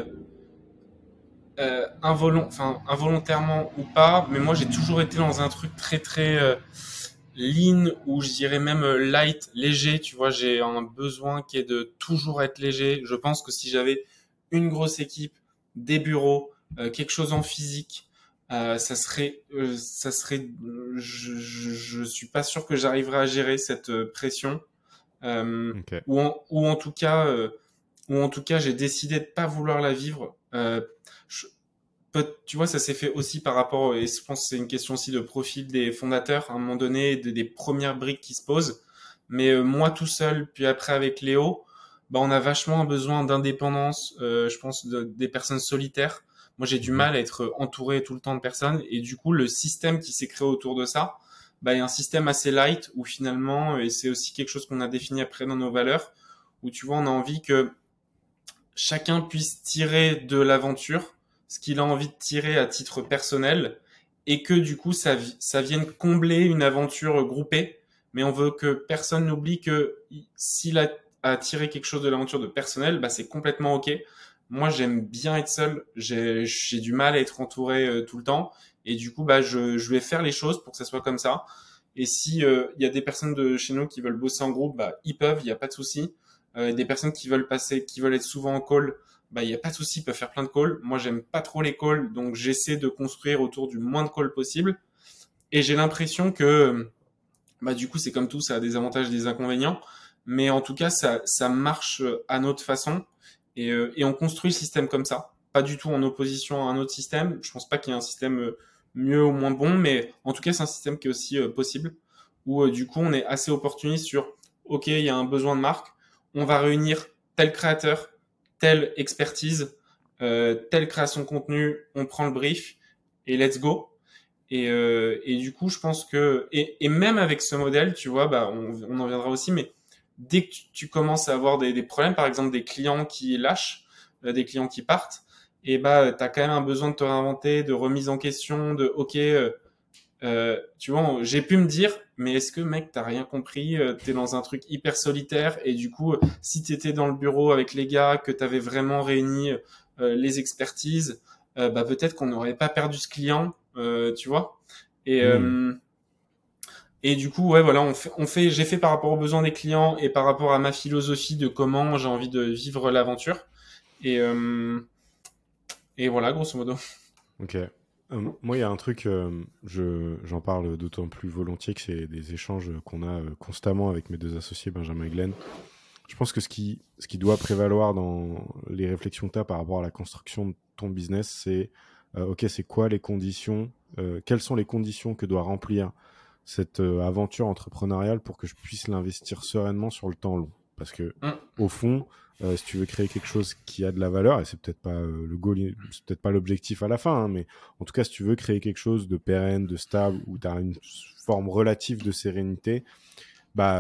involontairement ou pas, mais moi j'ai toujours été dans un truc très lean ou je dirais même light, léger. Tu vois, j'ai un besoin qui est de toujours être léger. Je pense que si j'avais une grosse équipe, des bureaux, quelque chose en physique, ça serait, je suis pas sûr que j'arriverais à gérer cette pression. Ok. Ou en tout cas, j'ai décidé de pas vouloir la vivre. Je- Tu vois, ça s'est fait aussi par rapport, et je pense que c'est une question aussi de profil des fondateurs, à un moment donné, des premières briques qui se posent. Mais moi tout seul, puis après avec Léo, on a vachement besoin d'indépendance, je pense, des personnes solitaires. Moi, j'ai du mal à être entouré tout le temps de personnes. Et du coup, le système qui s'est créé autour de ça, bah, il y a un système assez light où finalement, et c'est aussi quelque chose qu'on a défini après dans nos valeurs, où tu vois, on a envie que chacun puisse tirer de l'aventure ce qu'il a envie de tirer à titre personnel et que du coup ça vienne combler une aventure groupée. Mais on veut que personne n'oublie que s'il a tiré quelque chose de l'aventure de personnel, bah c'est complètement ok. Moi j'aime bien être seul, j'ai du mal à être entouré tout le temps et du coup bah je vais faire les choses pour que ça soit comme ça. Et si il y a des personnes de chez nous qui veulent bosser en groupe, bah ils peuvent, il y a pas de souci. Des personnes qui veulent passer, qui veulent être souvent en call, bah il y a pas de souci, ils peuvent faire plein de calls. Moi j'aime pas trop les calls, donc j'essaie de construire autour du moins de calls possible. Et j'ai l'impression que bah du coup c'est comme tout, ça a des avantages et des inconvénients, mais en tout cas ça marche à notre façon et on construit le système comme ça, pas du tout en opposition à un autre système. Je pense pas qu'il y ait un système mieux ou moins bon, mais en tout cas c'est un système qui est aussi possible où du coup on est assez opportuniste sur ok il y a un besoin de marque, on va réunir tel créateur, telle expertise, telle création de contenu, on prend le brief et let's go. Et du coup, je pense que et même avec ce modèle, tu vois, bah on en viendra aussi, mais dès que tu commences à avoir des problèmes, par exemple des clients qui lâchent, des clients qui partent, et bah t'as quand même un besoin de te réinventer, de remise en question, de ok, tu vois, j'ai pu me dire, mais est-ce que mec t'as rien compris, t'es dans un truc hyper solitaire et du coup, si t'étais dans le bureau avec les gars, que t'avais vraiment réuni les expertises, bah peut-être qu'on n'aurait pas perdu ce client, tu vois. Et Hmm. et du coup, ouais, voilà, j'ai fait par rapport aux besoins des clients et par rapport à ma philosophie de comment j'ai envie de vivre l'aventure. Et et voilà, grosso modo. Ok. Moi, il y a un truc, j'en parle d'autant plus volontiers que c'est des échanges qu'on a constamment avec mes deux associés, Benjamin et Glenn. Je pense que ce qui doit prévaloir dans les réflexions que tu as par rapport à la construction de ton business, c'est ok, c'est quoi les conditions, quelles sont les conditions que doit remplir cette aventure entrepreneuriale pour que je puisse l'investir sereinement sur le temps long. Parce que Hum, au fond, si tu veux créer quelque chose qui a de la valeur, et c'est peut-être pas le goal, c'est peut-être pas l'objectif à la fin, hein, mais en tout cas, si tu veux créer quelque chose de pérenne, de stable, où tu as une forme relative de sérénité, bah,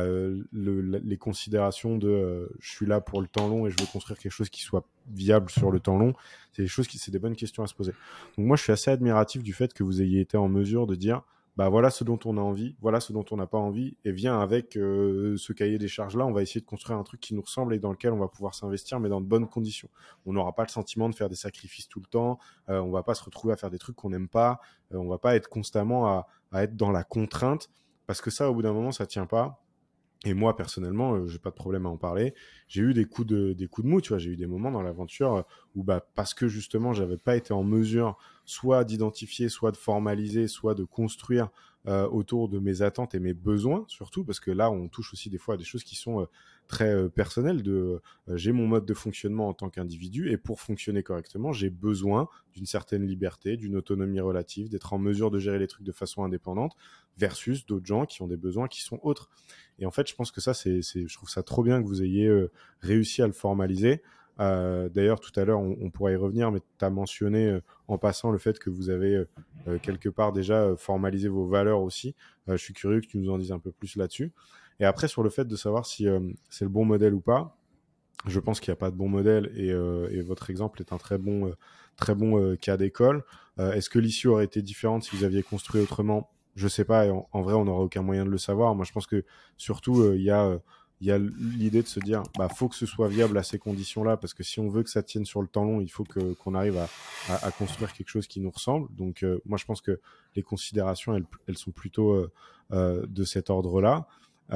les considérations de je suis là pour le temps long et je veux construire quelque chose qui soit viable sur le temps long, c'est des bonnes questions à se poser. Donc moi, je suis assez admiratif du fait que vous ayez été en mesure de dire bah voilà ce dont on a envie, voilà ce dont on n'a pas envie, et viens avec ce cahier des charges-là, on va essayer de construire un truc qui nous ressemble et dans lequel on va pouvoir s'investir, mais dans de bonnes conditions. On n'aura pas le sentiment de faire des sacrifices tout le temps, on va pas se retrouver à faire des trucs qu'on n'aime pas, on va pas être constamment à être dans la contrainte, parce que ça, au bout d'un moment, ça tient pas. Et moi, personnellement, j'ai pas de problème à en parler. J'ai eu des coups de mou, tu vois. J'ai eu des moments dans l'aventure où, bah, parce que justement, j'avais pas été en mesure soit d'identifier, soit de formaliser, soit de construire autour de mes attentes et mes besoins, surtout, parce que là, on touche aussi des fois à des choses qui sont très personnelles. J'ai mon mode de fonctionnement en tant qu'individu, et pour fonctionner correctement, j'ai besoin d'une certaine liberté, d'une autonomie relative, d'être en mesure de gérer les trucs de façon indépendante, versus d'autres gens qui ont des besoins qui sont autres. Et en fait, je pense que ça, je trouve ça trop bien que vous ayez réussi à le formaliser. D'ailleurs, tout à l'heure, on pourra y revenir, mais tu as mentionné en passant le fait que vous avez quelque part déjà formalisé vos valeurs aussi. Je suis curieux que tu nous en dises un peu plus là-dessus. Et après, sur le fait de savoir si c'est le bon modèle ou pas, je pense qu'il n'y a pas de bon modèle et votre exemple est un très bon cas d'école. Est-ce que l'issue aurait été différente si vous aviez construit autrement? Je sais pas. Et en vrai, on n'aura aucun moyen de le savoir. Moi, je pense que surtout, il y a l'idée de se dire, bah, faut que ce soit viable à ces conditions-là, parce que si on veut que ça tienne sur le temps long, il faut qu'on arrive à construire quelque chose qui nous ressemble. Donc, moi, je pense que les considérations, elles sont plutôt de cet ordre-là.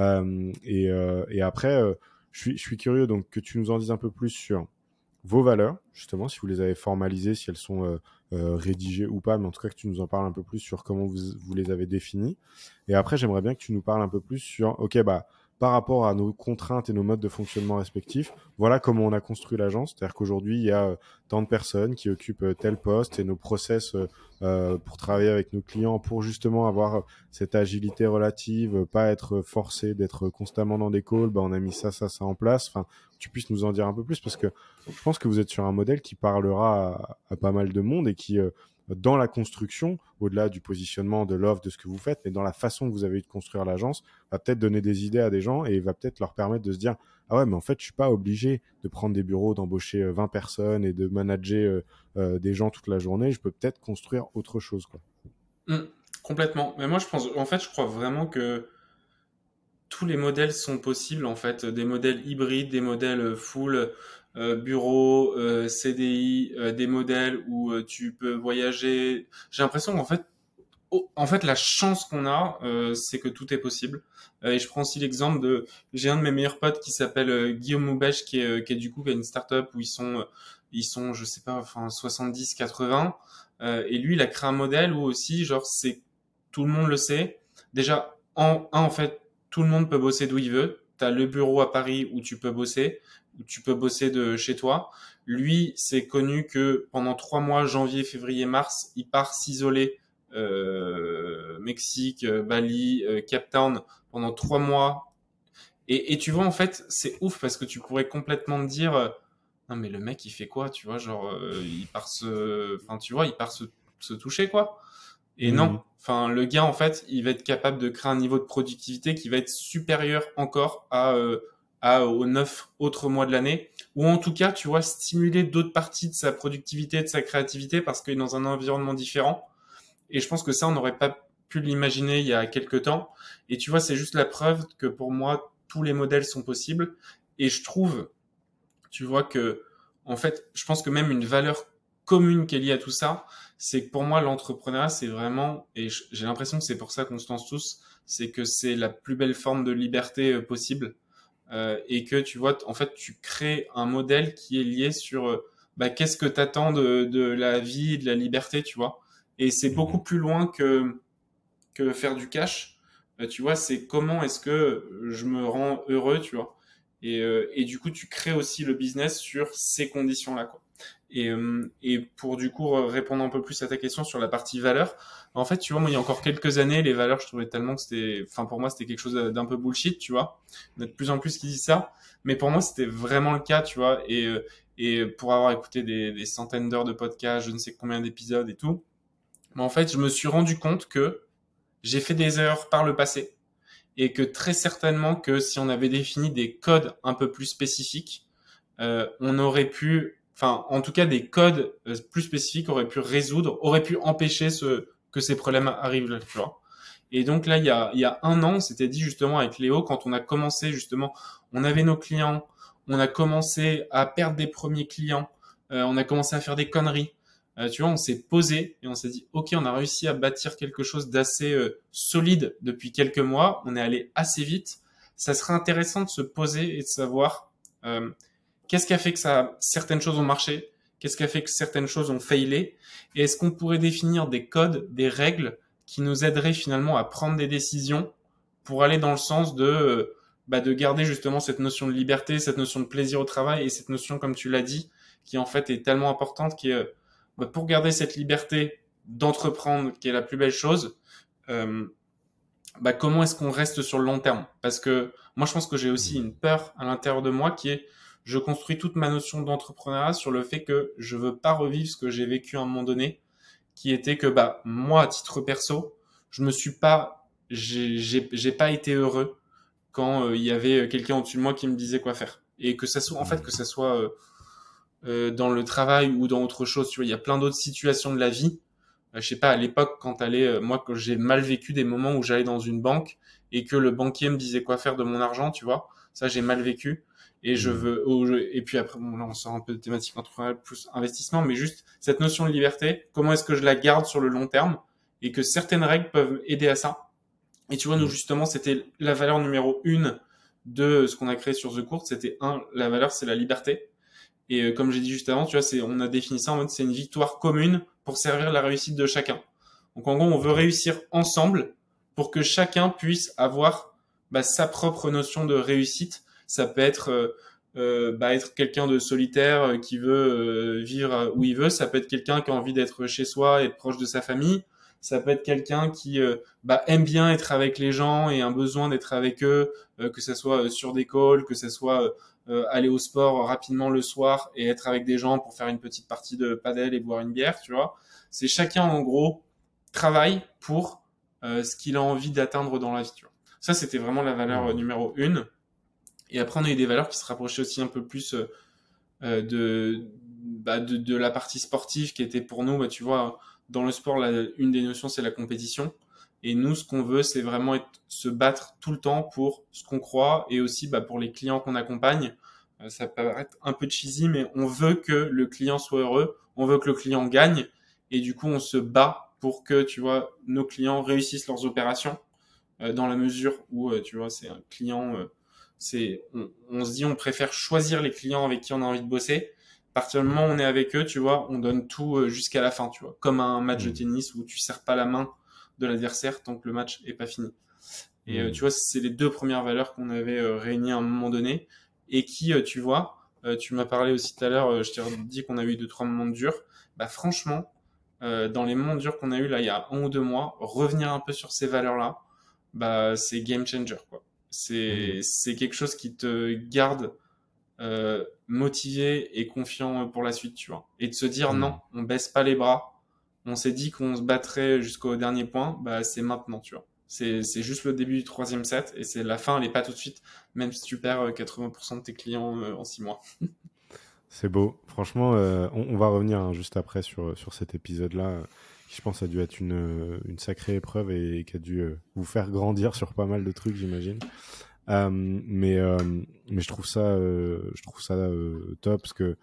Et après, je suis curieux donc que tu nous en dises un peu plus sur vos valeurs, justement, si vous les avez formalisées, si elles sont rédigées ou pas, mais en tout cas que tu nous en parles un peu plus sur comment vous les avez définies. Et après, j'aimerais bien que tu nous parles un peu plus sur, ok, bah, par rapport à nos contraintes et nos modes de fonctionnement respectifs, voilà comment on a construit l'agence. C'est-à-dire qu'aujourd'hui, il y a tant de personnes qui occupent tel poste et nos process pour travailler avec nos clients, pour justement avoir cette agilité relative, pas être forcé d'être constamment dans des calls, on a mis ça en place. Enfin, tu puisses nous en dire un peu plus parce que je pense que vous êtes sur un modèle qui parlera à pas mal de monde et qui, dans la construction, au-delà du positionnement, de l'offre, de ce que vous faites, mais dans la façon que vous avez eu de construire l'agence, va peut-être donner des idées à des gens et va peut-être leur permettre de se dire ah ouais, mais en fait, je suis pas obligé de prendre des bureaux, d'embaucher 20 personnes et de manager des gens toute la journée. Je peux peut-être construire autre chose, quoi. Complètement. Mais moi, je crois vraiment que tous les modèles sont possibles, en fait. Des modèles hybrides, des modèles full bureau, CDI, des modèles où tu peux voyager. J'ai l'impression qu'en fait, en fait, la chance qu'on a, c'est que tout est possible. Et je prends aussi l'exemple j'ai un de mes meilleurs potes qui s'appelle Guillaume Moubèche, qui est du coup qui a une startup où ils sont, je sais pas, enfin 70, 80. Et lui, il a créé un modèle où aussi, genre, c'est tout le monde le sait. Déjà, en fait, tout le monde peut bosser d'où il veut. T'as le bureau à Paris où tu peux bosser, où tu peux bosser de chez toi. Lui, c'est connu que pendant 3 mois, janvier, février, mars, il part s'isoler Mexique, Bali, Cape Town pendant 3 mois. Et tu vois, en fait, c'est ouf parce que tu pourrais complètement te dire, non mais le mec il fait quoi, tu vois, genre enfin tu vois, il part se toucher quoi. Et non, Mmh. enfin le gars en fait, il va être capable de créer un niveau de productivité qui va être supérieur encore aux 9 autres mois de l'année, ou en tout cas, tu vois, stimuler d'autres parties de sa productivité, de sa créativité, parce qu'il est dans un environnement différent. Et je pense que ça, on n'aurait pas pu l'imaginer il y a quelques temps. Et tu vois, c'est juste la preuve que pour moi, tous les modèles sont possibles. Et je trouve, tu vois que, en fait, je pense que même une valeur commune qui est liée à tout ça, c'est que pour moi, l'entrepreneuriat, c'est vraiment, et j'ai l'impression que c'est pour ça qu'on se lance tous, c'est que c'est la plus belle forme de liberté possible. Et que tu vois, en fait, tu crées un modèle qui est lié sur qu'est-ce que tu attends de la vie, de la liberté, tu vois. Et c'est beaucoup Mmh. plus loin que faire du cash. Tu vois, c'est comment est-ce que je me rends heureux, tu vois. Et du coup, tu crées aussi le business sur ces conditions-là, quoi. Et pour du coup répondre un peu plus à ta question sur la partie valeur, en fait, tu vois, moi, il y a encore quelques années, les valeurs, je trouvais tellement que c'était, enfin, pour moi, c'était quelque chose d'un peu bullshit, tu vois. Il y en a de plus en plus qui disent ça, mais pour moi, c'était vraiment le cas, tu vois. Et pour avoir écouté des centaines d'heures de podcasts, je ne sais combien d'épisodes et tout, mais en fait, je me suis rendu compte que j'ai fait des erreurs par le passé et que très certainement que si on avait défini des codes un peu plus spécifiques, on aurait pu, enfin, en tout cas, des codes plus spécifiques auraient pu empêcher que ces problèmes arrivent là, tu vois. Et donc là, il y a 1 an, on s'était dit justement avec Léo, quand on a commencé justement, on avait nos clients, on a commencé à perdre des premiers clients, on a commencé à faire des conneries. Tu vois, on s'est posé et on s'est dit, ok, on a réussi à bâtir quelque chose d'assez solide depuis quelques mois. On est allé assez vite. Ça serait intéressant de se poser et de savoir qu'est-ce qui a fait que certaines choses ont marché, qu'est-ce qui a fait que certaines choses ont failé, et est-ce qu'on pourrait définir des codes, des règles qui nous aideraient finalement à prendre des décisions pour aller dans le sens de garder justement cette notion de liberté, cette notion de plaisir au travail et cette notion, comme tu l'as dit, qui en fait est tellement importante, qui est pour garder cette liberté d'entreprendre, qui est la plus belle chose, euh, comment est-ce qu'on reste sur le long terme? Parce que moi, je pense que j'ai aussi une peur à l'intérieur de moi qui est, je construis toute ma notion d'entrepreneuriat sur le fait que je veux pas revivre ce que j'ai vécu à un moment donné, qui était que moi, à titre perso, je me suis pas, j'ai pas été heureux quand il y avait quelqu'un au-dessus de moi qui me disait quoi faire. Et que ça soit, en fait, que ça soit dans le travail ou dans autre chose, tu vois, il y a plein d'autres situations de la vie. Je sais pas, à l'époque, moi, quand j'ai mal vécu des moments où j'allais dans une banque et que le banquier me disait quoi faire de mon argent, tu vois, ça, j'ai mal vécu. Et Mmh. et puis après, bon, là, on sort un peu de thématique entrepreneuriale plus investissement, mais juste cette notion de liberté, comment est-ce que je la garde sur le long terme et que certaines règles peuvent aider à ça. Et tu vois, nous, Mmh. justement, c'était la valeur numéro 1 de ce qu'on a créé sur The Court. C'était la valeur, c'est la liberté. Et comme j'ai dit juste avant, tu vois, on a défini ça en mode c'est une victoire commune pour servir la réussite de chacun. Donc en gros, on veut OK. réussir ensemble pour que chacun puisse avoir sa propre notion de réussite. Ça peut être être quelqu'un de solitaire qui veut vivre où il veut. Ça peut être quelqu'un qui a envie d'être chez soi et être proche de sa famille. Ça peut être quelqu'un qui aime bien être avec les gens et a un besoin d'être avec eux, que ce soit sur des calls, que ce soit aller au sport rapidement le soir et être avec des gens pour faire une petite partie de padel et boire une bière, tu vois. C'est chacun en gros travaille pour ce qu'il a envie d'atteindre dans la vie, tu vois. Ça, c'était vraiment la valeur numéro une. Et après, on a eu des valeurs qui se rapprochaient aussi un peu plus de la partie sportive qui était pour nous, tu vois, dans le sport, une des notions, c'est la compétition. Et nous, ce qu'on veut, c'est vraiment se battre tout le temps pour ce qu'on croit et aussi pour les clients qu'on accompagne. Ça peut paraître un peu cheesy, mais on veut que le client soit heureux, on veut que le client gagne, et du coup, on se bat pour que, tu vois, nos clients réussissent leurs opérations dans la mesure où, tu vois, c'est un client, on se dit, on préfère choisir les clients avec qui on a envie de bosser. À partir du moment où on est avec eux, tu vois, on donne tout jusqu'à la fin, tu vois, comme un match de tennis où tu serres pas la main de l'adversaire tant que le match est pas fini. Et tu vois, c'est les deux premières valeurs qu'on avait réunies à un moment donné et qui, tu vois, tu m'as parlé aussi tout à l'heure, je t'ai dit qu'on a eu 2-3 moments durs. Franchement, dans les moments durs qu'on a eu là il y a 1 ou 2 mois, revenir un peu sur ces valeurs-là, c'est game changer, quoi. C'est quelque chose qui te garde motivé et confiant pour la suite, tu vois. Et de se dire non, on baisse pas les bras. On s'est dit qu'on se battrait jusqu'au dernier point, c'est maintenant, tu vois. C'est juste le début du troisième set et c'est la fin, elle est pas tout de suite, même si tu perds 80% de tes clients en 6 mois. C'est beau. Franchement, on va revenir juste après sur cet épisode-là, qui je pense a dû être une sacrée épreuve et qui a dû vous faire grandir sur pas mal de trucs, j'imagine. Mais je trouve ça top parce que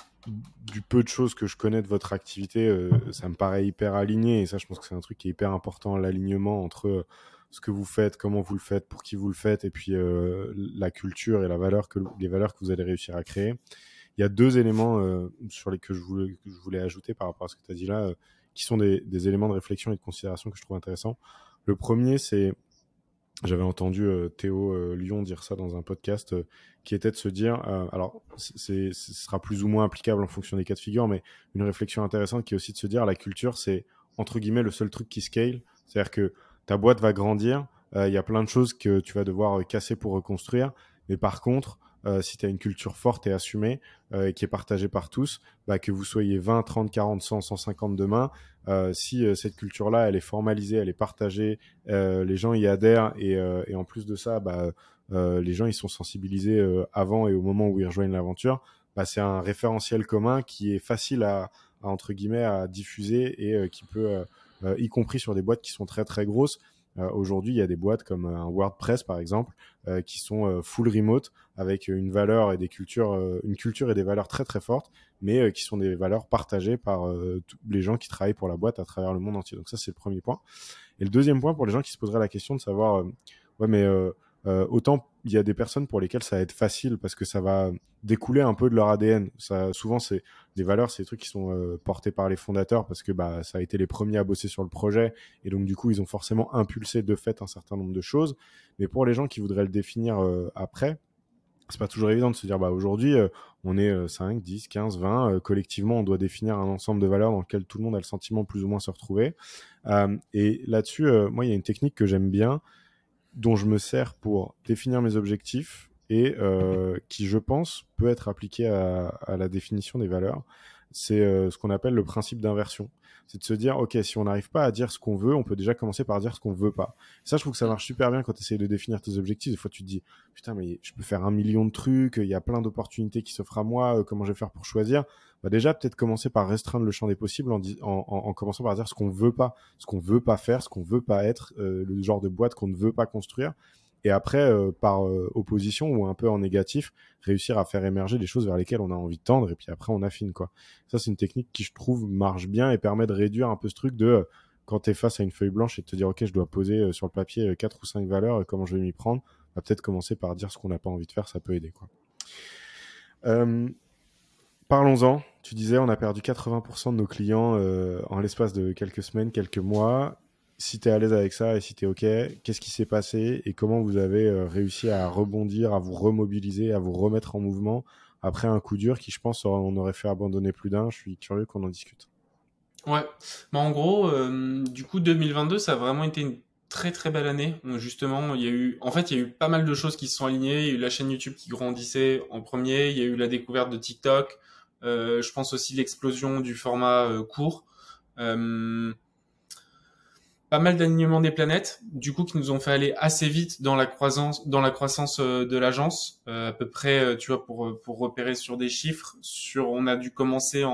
du peu de choses que je connais de votre activité, ça me paraît hyper aligné. Et ça, je pense que c'est un truc qui est hyper important, l'alignement entre ce que vous faites, comment vous le faites, pour qui vous le faites, et puis la culture et les valeurs que vous allez réussir à créer. Il y a deux éléments sur les que je voulais ajouter par rapport à ce que tu as dit là, qui sont des éléments de réflexion et de considération que je trouve intéressants. Le premier, c'est, j'avais entendu Théo Lyon dire ça dans un podcast, qui était de se dire, alors ce sera plus ou moins applicable en fonction des cas de figure, mais une réflexion intéressante qui est aussi de se dire, la culture, c'est entre guillemets le seul truc qui scale, c'est-à-dire que ta boîte va grandir, il y a plein de choses que tu vas devoir casser pour reconstruire, mais par contre, si tu as une culture forte et assumée, qui est partagée par tous, que vous soyez 20, 30, 40, 100, 150 demain, si cette culture-là, elle est formalisée, elle est partagée, les gens y adhèrent et en plus de ça, les gens ils sont sensibilisés avant et au moment où ils rejoignent l'aventure. C'est un référentiel commun qui est facile à entre guillemets à diffuser et qui peut, y compris sur des boîtes qui sont très très grosses. Aujourd'hui, il y a des boîtes comme un WordPress par exemple, qui sont full remote avec une valeur et des cultures, une culture et des valeurs très très fortes, mais qui sont des valeurs partagées par tous les gens qui travaillent pour la boîte à travers le monde entier. Donc ça, c'est le premier point. Et le deuxième point, pour les gens qui se poseraient la question de savoir, ouais, mais autant il y a des personnes pour lesquelles ça va être facile parce que ça va découler un peu de leur ADN. Ça, souvent, c'est des valeurs, c'est des trucs qui sont portés par les fondateurs parce que ça a été les premiers à bosser sur le projet et donc du coup, ils ont forcément impulsé de fait un certain nombre de choses. Mais pour les gens qui voudraient le définir après, c'est pas toujours évident de se dire aujourd'hui on est 5, 10, 15, 20 collectivement on doit définir un ensemble de valeurs dans lequel tout le monde a le sentiment plus ou moins se retrouver et là-dessus moi il y a une technique que j'aime bien dont je me sers pour définir mes objectifs et qui je pense peut être appliquée à la définition des valeurs. C'est ce qu'on appelle le principe d'inversion. C'est de se dire, ok, si on n'arrive pas à dire ce qu'on veut, on peut déjà commencer par dire ce qu'on veut pas. Ça, je trouve que ça marche super bien quand tu essaies de définir tes objectifs. Des fois, tu te dis, putain, mais je peux faire 1 million de trucs, il y a plein d'opportunités qui s'offrent à moi, comment je vais faire pour choisir? Déjà, peut-être commencer par restreindre le champ des possibles en commençant par dire ce qu'on veut pas faire, ce qu'on veut pas être, le genre de boîte qu'on ne veut pas construire. Et après, par opposition ou un peu en négatif, réussir à faire émerger des choses vers lesquelles on a envie de tendre. Et puis après, on affine, quoi. Ça, c'est une technique qui, je trouve, marche bien et permet de réduire un peu ce truc de quand tu es face à une feuille blanche et de te dire, OK, je dois poser sur le papier 4 ou 5 valeurs, comment je vais m'y prendre, peut-être commencer par dire ce qu'on n'a pas envie de faire, ça peut aider, quoi. Parlons-en. Tu disais, on a perdu 80% de nos clients en l'espace de quelques semaines, quelques mois. si tu es à l'aise avec ça et si tu es OK, qu'est-ce qui s'est passé et comment vous avez réussi à rebondir, à vous remobiliser, à vous remettre en mouvement après un coup dur qui, je pense, on aurait fait abandonner plus d'un. Je suis curieux qu'on en discute. Ouais. Bah, en gros, du coup, 2022, ça a vraiment été une très très belle année. Justement, il y a eu pas mal de choses qui se sont alignées. Il y a eu la chaîne YouTube qui grandissait en premier. Il y a eu la découverte de TikTok. Je pense aussi l'explosion du format court. Euh, Pas mal d'alignements des planètes, du coup, qui nous ont fait aller assez vite dans la croissance de l'agence. À peu près, tu vois, pour repérer sur des chiffres, on a dû commencer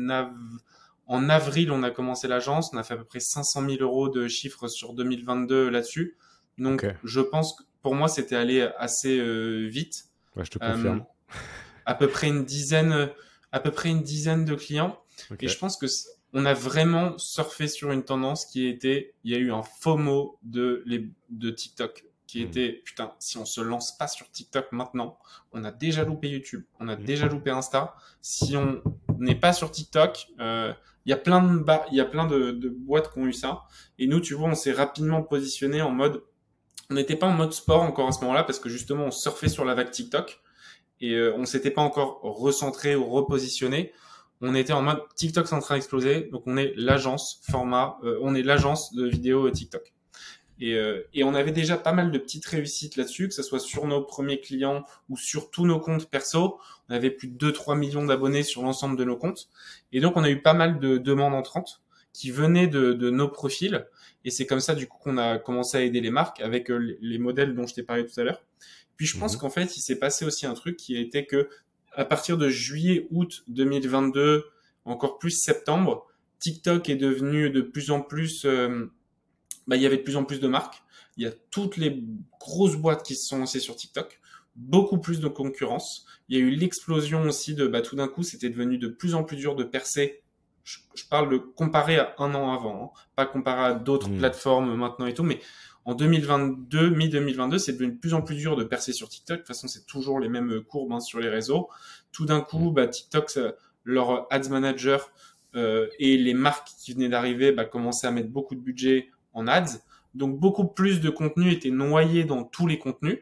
en avril, on a commencé l'agence, on a fait à peu près 500 000 euros de chiffres sur 2022 là-dessus. OK. Donc, je pense que pour moi, c'était allé assez vite. Ouais, je te Euh, confirme. à peu près une dizaine, à peu près une dizaine de clients. OK. Et je pense que on a vraiment surfé sur une tendance qui était, il y a eu un FOMO de TikTok qui était, putain, si on se lance pas sur TikTok maintenant, on a déjà loupé YouTube, on a déjà loupé Insta. Si on n'est pas sur TikTok, il y a plein de boîtes qui ont eu ça. Et nous, tu vois, on s'est rapidement positionné en mode, on n'était pas en mode sport encore à ce moment-là parce que justement, on surfait sur la vague TikTok et on s'était pas encore recentré ou repositionné. On était en mode TikTok c'est en train d'exploser, donc on est l'agence format, on est l'agence de vidéo TikTok. Et on avait déjà pas mal de petites réussites là-dessus, que ce soit sur nos premiers clients ou sur tous nos comptes perso. On avait plus de 2-3 millions d'abonnés sur l'ensemble de nos comptes. Et donc on a eu pas mal de demandes entrantes qui venaient de nos profils. Et c'est comme ça du coup qu'on a commencé à aider les marques avec les modèles dont je t'ai parlé tout à l'heure. Puis je pense qu'en fait, il s'est passé aussi un truc qui a été que à partir de juillet-août 2022, encore plus septembre, TikTok est devenu de plus en plus, il y avait de plus en plus de marques. Il y a toutes les grosses boîtes qui se sont lancées sur TikTok, beaucoup plus de concurrence. Il y a eu l'explosion aussi tout d'un coup, c'était devenu de plus en plus dur de percer. Je parle de comparé à un an avant, hein, pas comparé à d'autres plateformes maintenant et tout, mais en 2022, mi-2022, c'est devenu de plus en plus dur de percer sur TikTok. De toute façon, c'est toujours les mêmes courbes sur les réseaux. Tout d'un coup, TikTok, leur ads manager et les marques qui venaient d'arriver commençaient à mettre beaucoup de budget en ads. Donc, beaucoup plus de contenu était noyé dans tous les contenus.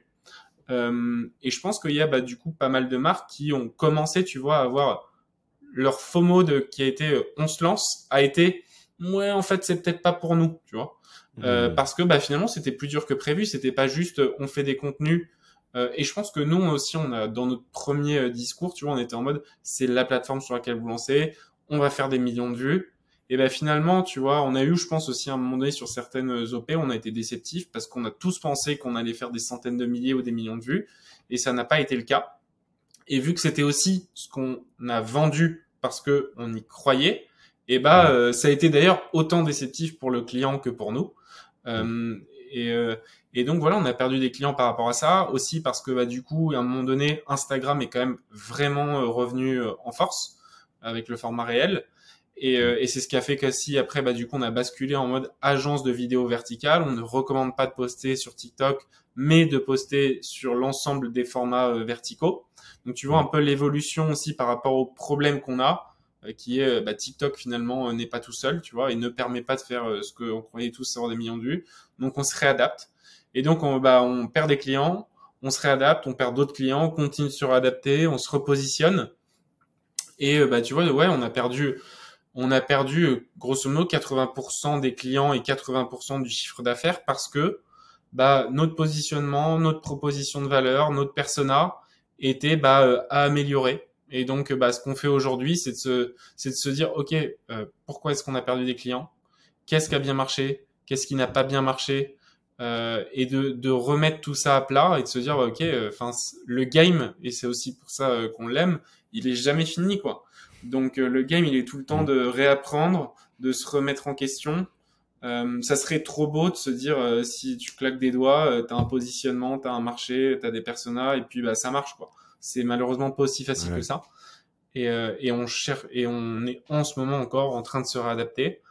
Et je pense qu'il y a du coup pas mal de marques qui ont commencé, tu vois, à avoir leur FOMO qui a été on se lance, a été ouais, en fait, c'est peut-être pas pour nous, tu vois. Parce que finalement c'était plus dur que prévu, c'était pas juste on fait des contenus et je pense que nous aussi on a dans notre premier discours, tu vois, on était en mode c'est la plateforme sur laquelle vous lancez, on va faire des millions de vues et finalement, tu vois, on a eu je pense aussi à un moment donné sur certaines OP, on a été déceptifs parce qu'on a tous pensé qu'on allait faire des centaines de milliers ou des millions de vues et ça n'a pas été le cas. Et vu que c'était aussi ce qu'on a vendu parce que on y croyait, ça a été d'ailleurs autant déceptif pour le client que pour nous. Euh, et, euh, et donc voilà, on a perdu des clients par rapport à ça, aussi parce que du coup, à un moment donné, Instagram est quand même vraiment revenu en force avec le format réel. Et c'est ce qui a fait qu'aussi après, du coup, on a basculé en mode agence de vidéo verticale. On ne recommande pas de poster sur TikTok, mais de poster sur l'ensemble des formats verticaux. Donc tu vois un peu l'évolution aussi par rapport aux problèmes qu'on a, qui est TikTok finalement n'est pas tout seul, tu vois, et ne permet pas de faire ce qu'on croyait tous avoir des millions de vues. Donc on se réadapte. Et donc on perd des clients, on se réadapte, on perd d'autres clients, on continue de se réadapter, on se repositionne. Et tu vois, ouais, on a perdu grosso modo 80% des clients et 80% du chiffre d'affaires parce que notre positionnement, notre proposition de valeur, notre persona était à améliorer. Et donc ce qu'on fait aujourd'hui, c'est de se dire ok, pourquoi est-ce qu'on a perdu des clients? Qu'est-ce qui a bien marché? Qu'est-ce qui n'a pas bien marché? Et de remettre tout ça à plat et de se dire ok, enfin le game, et c'est aussi pour ça qu'on l'aime, il est jamais fini quoi. Donc le game, il est tout le temps de réapprendre, de se remettre en question. Ça serait trop beau de se dire si tu claques des doigts, t'as un positionnement, t'as un marché, t'as des personas et puis ça marche quoi. C'est malheureusement pas aussi facile que ça. Et on cherche et on est en ce moment encore en train de se réadapter.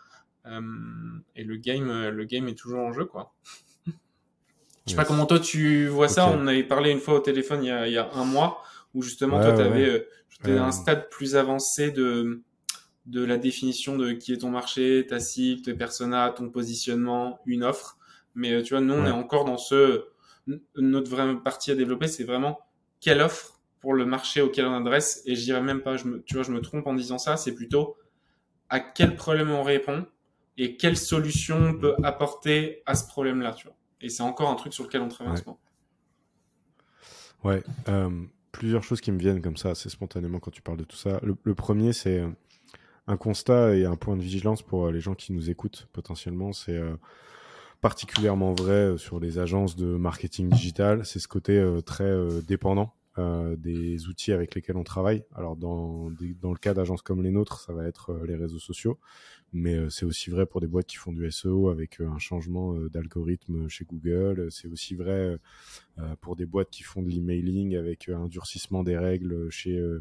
Et le game est toujours en jeu quoi. Je sais pas comment toi tu vois ça. On avait parlé une fois au téléphone il y a un mois où justement toi t'avais à un stade plus avancé de de la définition de qui est ton marché, ta cible, tes personas, ton positionnement, une offre. Mais tu vois, nous, on est Ouais, encore dans notre vraie partie à développer, c'est vraiment quelle offre pour le marché auquel on adresse. Et je dirais même pas, tu vois, je me trompe en disant ça, c'est plutôt à quel problème on répond et quelle solution on peut apporter à ce problème-là, tu vois. Et c'est encore un truc sur lequel on travaille en ouais, ce moment. ouais. Plusieurs choses qui me viennent comme ça assez spontanément quand tu parles de tout ça. Le premier, c'est un constat et un point de vigilance pour les gens qui nous écoutent potentiellement. C'est particulièrement vrai sur les agences de marketing digital. C'est ce côté très dépendant des outils avec lesquels on travaille. Alors dans le cas d'agences comme les nôtres, ça va être les réseaux sociaux, mais c'est aussi vrai pour des boîtes qui font du SEO avec un changement d'algorithme chez Google. C'est aussi vrai pour des boîtes qui font de l'emailing avec un durcissement des règles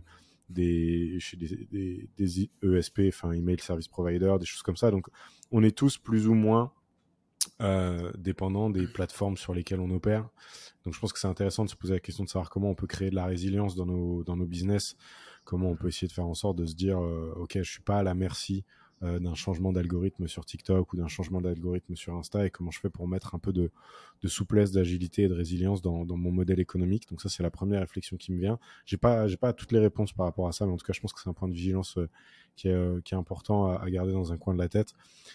chez des ESP, enfin email service provider, des choses comme ça. Donc on est tous plus ou moins dépendant des plateformes sur lesquelles on opère. Donc je pense que c'est intéressant de se poser la question de savoir comment on peut créer de la résilience dans nos business, comment on peut essayer de faire en sorte de se dire ok, je suis pas à la merci d'un changement d'algorithme sur TikTok ou d'un changement d'algorithme sur Insta, et comment je fais pour mettre un peu de souplesse, d'agilité et de résilience dans mon modèle économique. Donc ça, c'est la première réflexion qui me vient. J'ai pas toutes les réponses par rapport à ça, mais en tout cas je pense que c'est un point de vigilance qui est important à garder dans un coin de la tête.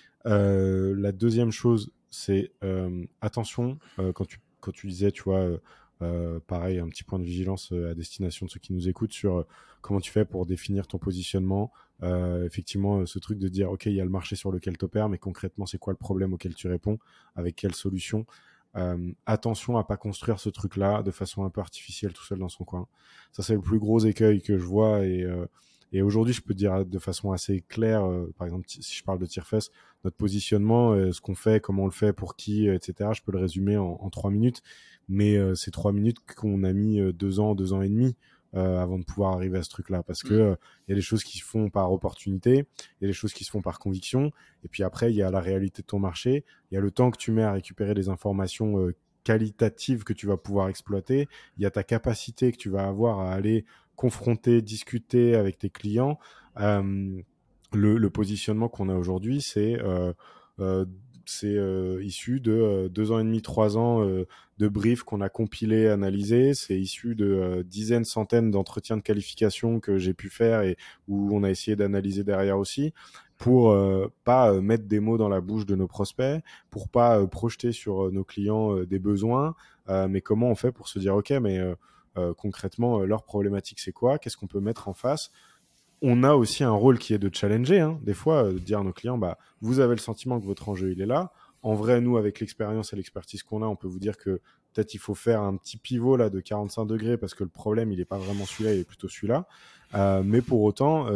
La deuxième chose, c'est attention, quand tu disais, tu vois, pareil, un petit point de vigilance à destination de ceux qui nous écoutent sur comment tu fais pour définir ton positionnement. Effectivement, ce truc de dire, OK, il y a le marché sur lequel tu opères, mais concrètement, c'est quoi le problème auquel tu réponds, avec quelle solution. Attention à pas construire ce truc-là de façon un peu artificielle tout seul dans son coin. Ça, c'est le plus gros écueil que je vois, et aujourd'hui, je peux te dire de façon assez claire, par exemple, si je parle de Tierfest, notre positionnement, ce qu'on fait, comment on le fait, pour qui, etc. Je peux le résumer en 3 minutes, mais c'est 3 minutes qu'on a mis 2 ans, 2 ans et demi avant de pouvoir arriver à ce truc-là, parce que il y a des choses qui se font par opportunité, il y a des choses qui se font par conviction, et puis après il y a la réalité de ton marché, il y a le temps que tu mets à récupérer des informations qualitatives que tu vas pouvoir exploiter, il y a ta capacité que tu vas avoir à aller confronter, discuter avec tes clients. Euh, le positionnement qu'on a aujourd'hui, euh, c'est issu de 2 ans et demi, 3 ans de briefs qu'on a compilés, analysés. C'est issu de dizaines, centaines d'entretiens de qualification que j'ai pu faire et où on a essayé d'analyser derrière aussi, pour pas mettre des mots dans la bouche de nos prospects, pour pas projeter sur nos clients des besoins, mais comment on fait pour se dire ok, mais concrètement leur problématique c'est quoi, qu'est-ce qu'on peut mettre en face. On a aussi un rôle qui est de challenger, hein. Des fois, de dire à nos clients, bah, vous avez le sentiment que votre enjeu, il est là. En vrai, nous, avec l'expérience et l'expertise qu'on a, on peut vous dire que peut-être il faut faire un petit pivot là de 45 degrés parce que le problème, il n'est pas vraiment celui-là, il est plutôt celui-là. Mais pour autant,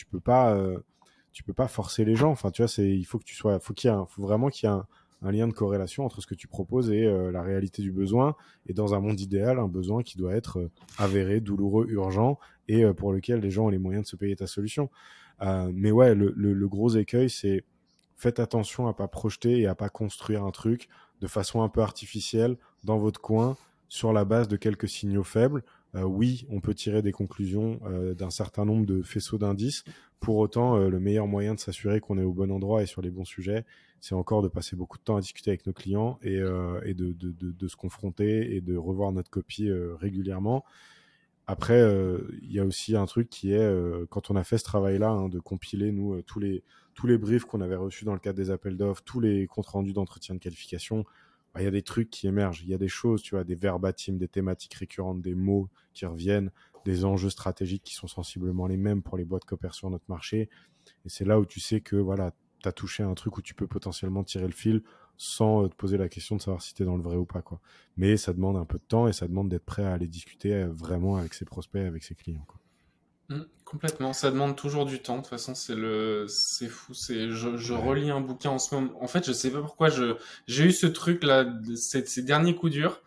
tu peux pas forcer les gens. Enfin, tu vois, il faut que tu sois, faut vraiment qu'il y ait un lien de corrélation entre ce que tu proposes et la réalité du besoin. Et dans un monde idéal, un besoin qui doit être avéré, douloureux, urgent, et pour lequel les gens ont les moyens de se payer ta solution. Mais ouais, le gros écueil, c'est faites attention à pas projeter et à pas construire un truc de façon un peu artificielle dans votre coin sur la base de quelques signaux faibles. Oui, on peut tirer des conclusions d'un certain nombre de faisceaux d'indices. Pour autant, le meilleur moyen de s'assurer qu'on est au bon endroit et sur les bons sujets, c'est encore de passer beaucoup de temps à discuter avec nos clients et de se confronter et de revoir notre copie régulièrement. Après, il y a aussi un truc qui est, quand on a fait ce travail-là, hein, de compiler, nous, tous les briefs qu'on avait reçus dans le cadre des appels d'offres, tous les comptes rendus d'entretien de qualification, bah, il y a des trucs qui émergent. Il y a des choses, tu vois, des verbatims, des thématiques récurrentes, des mots qui reviennent, des enjeux stratégiques qui sont sensiblement les mêmes pour les boîtes qui opèrent sur notre marché. Et c'est là où tu sais que voilà, tu as touché un truc où tu peux potentiellement tirer le fil sans te poser la question de savoir si tu es dans le vrai ou pas, quoi. Mais ça demande un peu de temps et ça demande d'être prêt à aller discuter vraiment avec ses prospects, avec ses clients, quoi. Complètement, ça demande toujours du temps. De toute façon, c'est fou. Je Ouais. relis un bouquin en ce moment. En fait, je sais pas pourquoi j'ai eu ce truc là, ces derniers coups durs,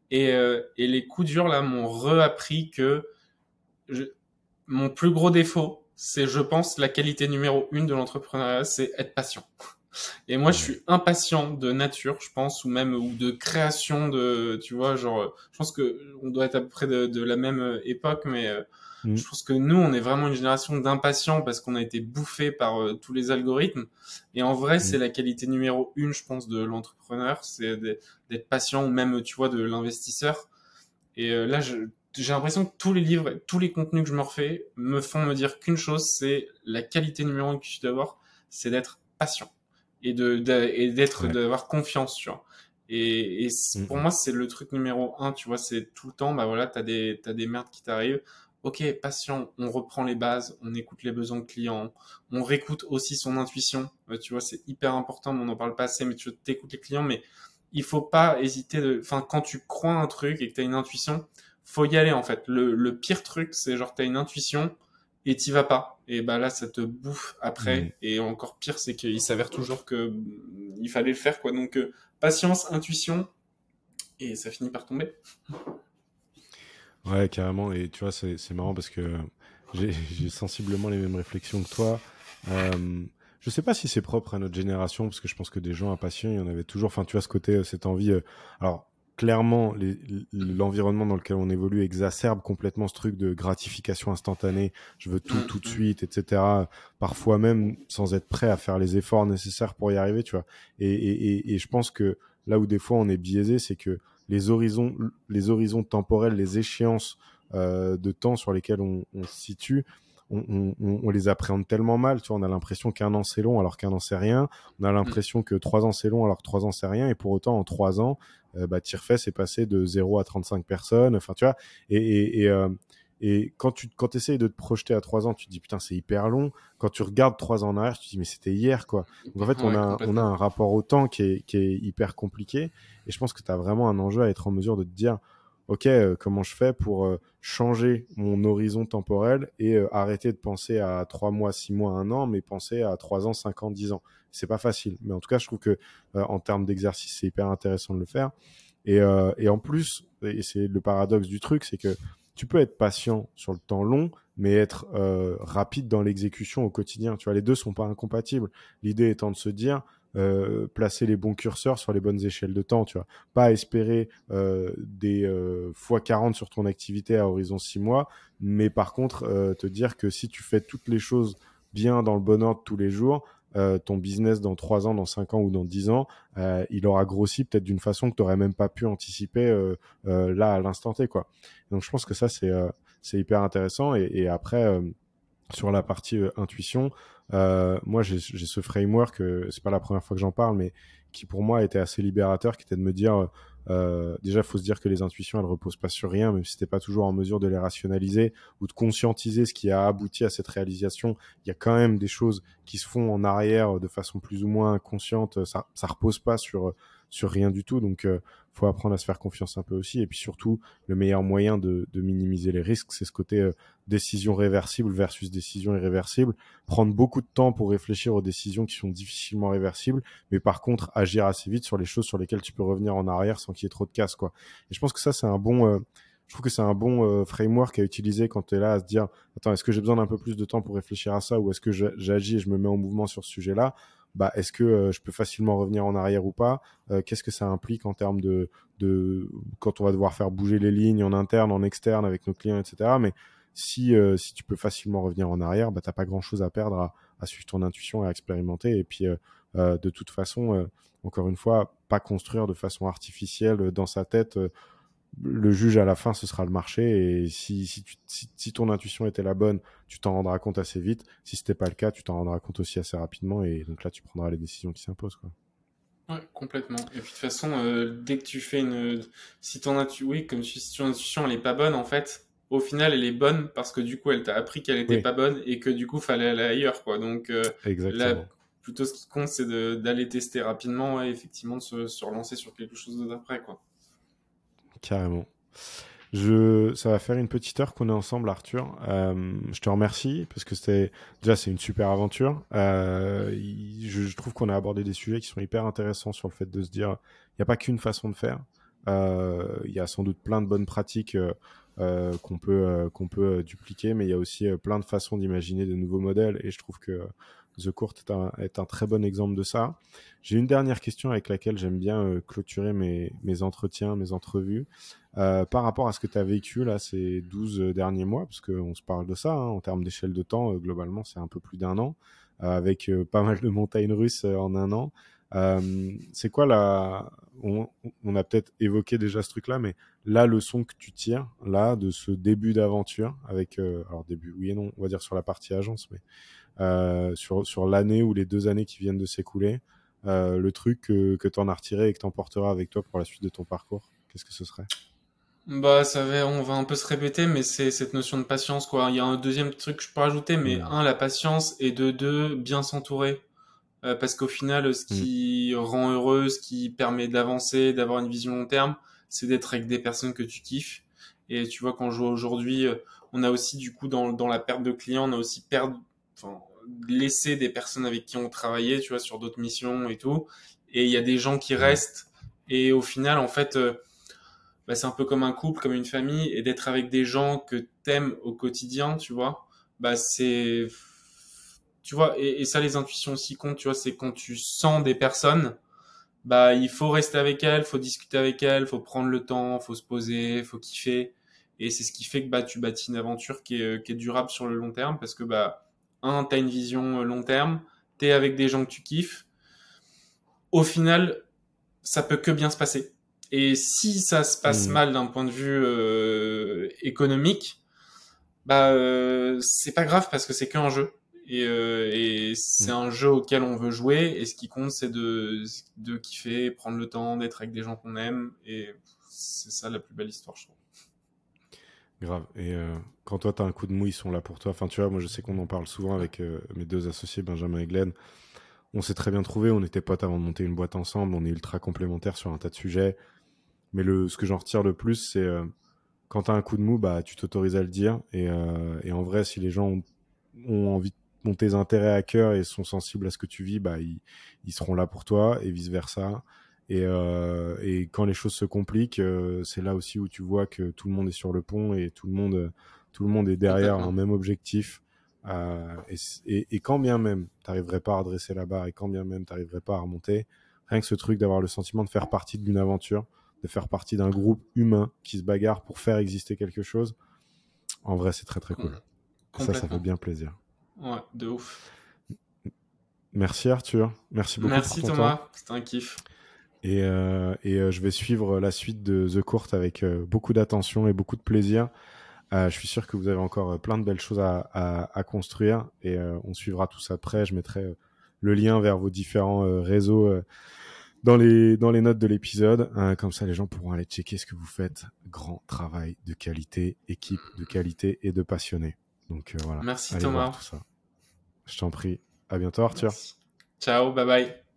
et les coups durs là m'ont reappris que je- mon plus gros défaut, c'est, je pense, la qualité numéro une de l'entrepreneuriat, c'est être patient. Et moi, je Ouais. suis impatient de nature, je pense, ou de création de, tu vois, genre, je pense que on doit être à peu près de la même époque, mais Je pense que nous, on est vraiment une génération d'impatients parce qu'on a été bouffé par tous les algorithmes. Et en vrai, c'est la qualité numéro une, je pense, de l'entrepreneur, c'est d'être patient, ou même, tu vois, de l'investisseur. Et là, j'ai l'impression que tous les livres, tous les contenus que je me refais me font me dire qu'une chose, c'est la qualité numéro une que tu dois avoir, c'est d'être patient et d'avoir confiance, tu vois. Et pour moi, c'est le truc numéro un, tu vois, c'est tout le temps, bah voilà, t'as des merdes qui t'arrivent. Ok, patient, on reprend les bases, on écoute les besoins de clients, on réécoute aussi son intuition. Tu vois, c'est hyper important, mais on en parle pas assez, mais tu t'écoutes les clients, mais il faut pas hésiter enfin, quand tu crois un truc et que t'as une intuition, faut y aller, en fait. Le pire truc, c'est genre, t'as une intuition et t'y vas pas. Et bah là, ça te bouffe après. Et encore pire, c'est qu'il s'avère toujours que il fallait le faire, quoi. Donc, patience, intuition, et ça finit par tomber. Ouais, carrément. Et tu vois, c'est marrant parce que j'ai sensiblement les mêmes réflexions que toi. Je sais pas si c'est propre à notre génération, parce que je pense que des gens impatients, il y en avait toujours. Enfin, tu vois, ce côté, cette envie. Alors, clairement, l'environnement dans lequel on évolue exacerbe complètement ce truc de gratification instantanée. Je veux tout de suite, etc. Parfois même sans être prêt à faire les efforts nécessaires pour y arriver, tu vois. Et je pense que là où des fois on est biaisé, c'est que les horizons temporels, les échéances de temps sur lesquelles on se situe, on les appréhende tellement mal. Tu vois, on a l'impression qu'un an c'est long alors qu'un an c'est rien. On a l'impression que 3 ans c'est long alors que 3 ans c'est rien. Et pour autant, en 3 ans, Tirefest c'est passé de 0 à 35 personnes. Enfin, tu vois, et quand tu essayes de te projeter à 3 ans, tu te dis putain, c'est hyper long. Quand tu regardes 3 ans en arrière, tu te dis mais c'était hier, quoi. Donc en fait, Ouais, on a un rapport au temps qui est hyper compliqué. Et je pense que tu as vraiment un enjeu à être en mesure de te dire ok, comment je fais pour changer mon horizon temporel et arrêter de penser à 3 mois, 6 mois, 1 an, mais penser à 3 ans, 5 ans, 10 ans. C'est pas facile. Mais en tout cas, je trouve que en termes d'exercice, c'est hyper intéressant de le faire. Et en plus, et c'est le paradoxe du truc, c'est que tu peux être patient sur le temps long, mais être rapide dans l'exécution au quotidien. Tu vois, les deux sont pas incompatibles. L'idée étant de se dire, placer les bons curseurs sur les bonnes échelles de temps, tu vois. Pas espérer des fois 40 sur ton activité à horizon 6 mois, mais par contre, te dire que si tu fais toutes les choses bien dans le bon ordre tous les jours, ton business dans 3 ans, dans 5 ans ou dans 10 ans, il aura grossi peut-être d'une façon que tu n'aurais même pas pu anticiper là à l'instant T, quoi. Donc je pense que ça, c'est hyper intéressant. Et après, sur la partie intuition, moi j'ai ce framework, c'est pas la première fois que j'en parle, mais qui pour moi était assez libérateur, qui était de me dire déjà il faut se dire que les intuitions elles reposent pas sur rien, même si t'es pas toujours en mesure de les rationaliser ou de conscientiser ce qui a abouti à cette réalisation. Il y a quand même des choses qui se font en arrière de façon plus ou moins consciente. Ça repose pas sur rien du tout, donc faut apprendre à se faire confiance un peu aussi. Et puis surtout, le meilleur moyen de minimiser les risques, c'est ce côté décision réversible versus décision irréversible. Prendre beaucoup de temps pour réfléchir aux décisions qui sont difficilement réversibles, mais par contre agir assez vite sur les choses sur lesquelles tu peux revenir en arrière sans qu'il y ait trop de casse, quoi. Et je pense que ça, c'est un bon je trouve que c'est un bon framework à utiliser quand tu es là à se dire attends, est-ce que j'ai besoin d'un peu plus de temps pour réfléchir à ça, ou est-ce que j'agis et je me mets en mouvement sur ce sujet-là. Bah, est-ce que je peux facilement revenir en arrière ou pas, qu'est-ce que ça implique en termes de quand on va devoir faire bouger les lignes en interne, en externe avec nos clients, etc. Mais si tu peux facilement revenir en arrière, bah, tu n'as pas grand-chose à perdre à suivre ton intuition, à expérimenter. Et puis, de toute façon, encore une fois, pas construire de façon artificielle dans sa tête. Le juge à la fin, ce sera le marché. Et si ton intuition était la bonne, tu t'en rendras compte assez vite. Si ce n'était pas le cas, tu t'en rendras compte aussi assez rapidement. Et donc là, tu prendras les décisions qui s'imposent, quoi. Ouais, complètement. Et puis de toute façon, dès que tu fais si ton intuition, oui, comme si ton intuition elle est pas bonne, en fait, au final elle est bonne parce que du coup elle t'a appris qu'elle était Oui, pas bonne et que du coup fallait aller ailleurs, quoi. Donc là, exactement. plutôt ce qui compte c'est d'aller tester rapidement, ouais, effectivement de se relancer sur quelque chose d'après, quoi. Carrément. Ça va faire une petite heure qu'on est ensemble, Arthur. Je te remercie parce que c'est une super aventure. Je trouve qu'on a abordé des sujets qui sont hyper intéressants sur le fait de se dire, il n'y a pas qu'une façon de faire. Il y a sans doute plein de bonnes pratiques qu'on peut dupliquer, mais il y a aussi plein de façons d'imaginer de nouveaux modèles. Et je trouve que The Court est un très bon exemple de ça. J'ai une dernière question avec laquelle j'aime bien clôturer mes entretiens, mes entrevues. Par rapport à ce que tu as vécu là ces 12 derniers mois, parce qu'on se parle de ça, hein, en termes d'échelle de temps, globalement, c'est un peu plus d'un an, avec pas mal de montagnes russes en un an. C'est quoi on a peut-être évoqué déjà ce truc-là, mais la leçon que tu tires là de ce début d'aventure avec, alors début oui et non, on va dire sur la partie agence, mais sur l'année ou les 2 années qui viennent de s'écouler, le truc que tu en as retiré et que tu emporteras avec toi pour la suite de ton parcours, qu'est-ce que ce serait? Bah, on va un peu se répéter, mais c'est cette notion de patience, quoi. Il y a un deuxième truc que je peux rajouter, mais Hmm. un, la patience, et de deux, bien s'entourer. Parce qu'au final, ce Hmm. qui rend heureux, ce qui permet d'avancer, d'avoir une vision long terme, c'est d'être avec des personnes que tu kiffes. Et tu vois, quand je vois aujourd'hui, on a aussi, du coup, dans la perte de clients, on a aussi enfin, laissé des personnes avec qui on travaillait, tu vois, sur d'autres missions et tout. Et il y a des gens qui Ouais. restent. Et au final, en fait, bah, c'est un peu comme un couple, comme une famille, et d'être avec des gens que t'aimes au quotidien, tu vois, bah tu vois, et ça, les intuitions aussi comptent, tu vois, c'est quand tu sens des personnes, bah il faut rester avec elles, faut discuter avec elles, faut prendre le temps, faut se poser, faut kiffer, et c'est ce qui fait que bah tu bâtis une aventure qui est durable sur le long terme, parce que bah t'as une vision long terme, t'es avec des gens que tu kiffes, au final ça peut que bien se passer. Et si ça se passe Hmm. mal d'un point de vue économique, bah c'est pas grave parce que c'est qu'un jeu. Et c'est Hmm. un jeu auquel on veut jouer. Et ce qui compte, c'est de kiffer, prendre le temps d'être avec des gens qu'on aime. Et c'est ça la plus belle histoire, je trouve. Grave. Et quand toi, tu as un coup de mou, ils sont là pour toi. Enfin, tu vois, moi, je sais qu'on en parle souvent avec mes 2 associés, Benjamin et Glenn. On s'est très bien trouvés. On était potes avant de monter une boîte ensemble. On est ultra complémentaires sur un tas de sujets. Mais ce que j'en retire le plus, c'est quand tu as un coup de mou, bah, tu t'autorises à le dire. Et en vrai, si les gens ont envie, ont tes intérêts à cœur et sont sensibles à ce que tu vis, bah, ils seront là pour toi et vice-versa. Et quand les choses se compliquent, c'est là aussi où tu vois que tout le monde est sur le pont et tout le monde est derrière un Complètement. même objectif. Et quand bien même tu n'arriverais pas à redresser la barre et quand bien même tu n'arriverais pas à remonter, rien que ce truc d'avoir le sentiment de faire partie d'une aventure, de faire partie d'un groupe humain qui se bagarre pour faire exister quelque chose, en vrai, c'est très très Com- cool. Et ça fait Complètement. bien plaisir. Ouais, de ouf. Merci Arthur, merci beaucoup pour Merci ton temps. Thomas, c'était un kiff. Je vais suivre la suite de The Court avec beaucoup d'attention et beaucoup de plaisir. Je suis sûr que vous avez encore plein de belles choses à construire et on suivra tout ça après. Je mettrai le lien vers vos différents réseaux dans les notes de l'épisode. Comme ça, les gens pourront aller checker ce que vous faites. Grand travail de qualité, équipe de qualité et de passionnés. Donc voilà, Merci allez voir Thomas. tout ça. Je t'en prie. À bientôt Arthur. Merci. Ciao, bye bye.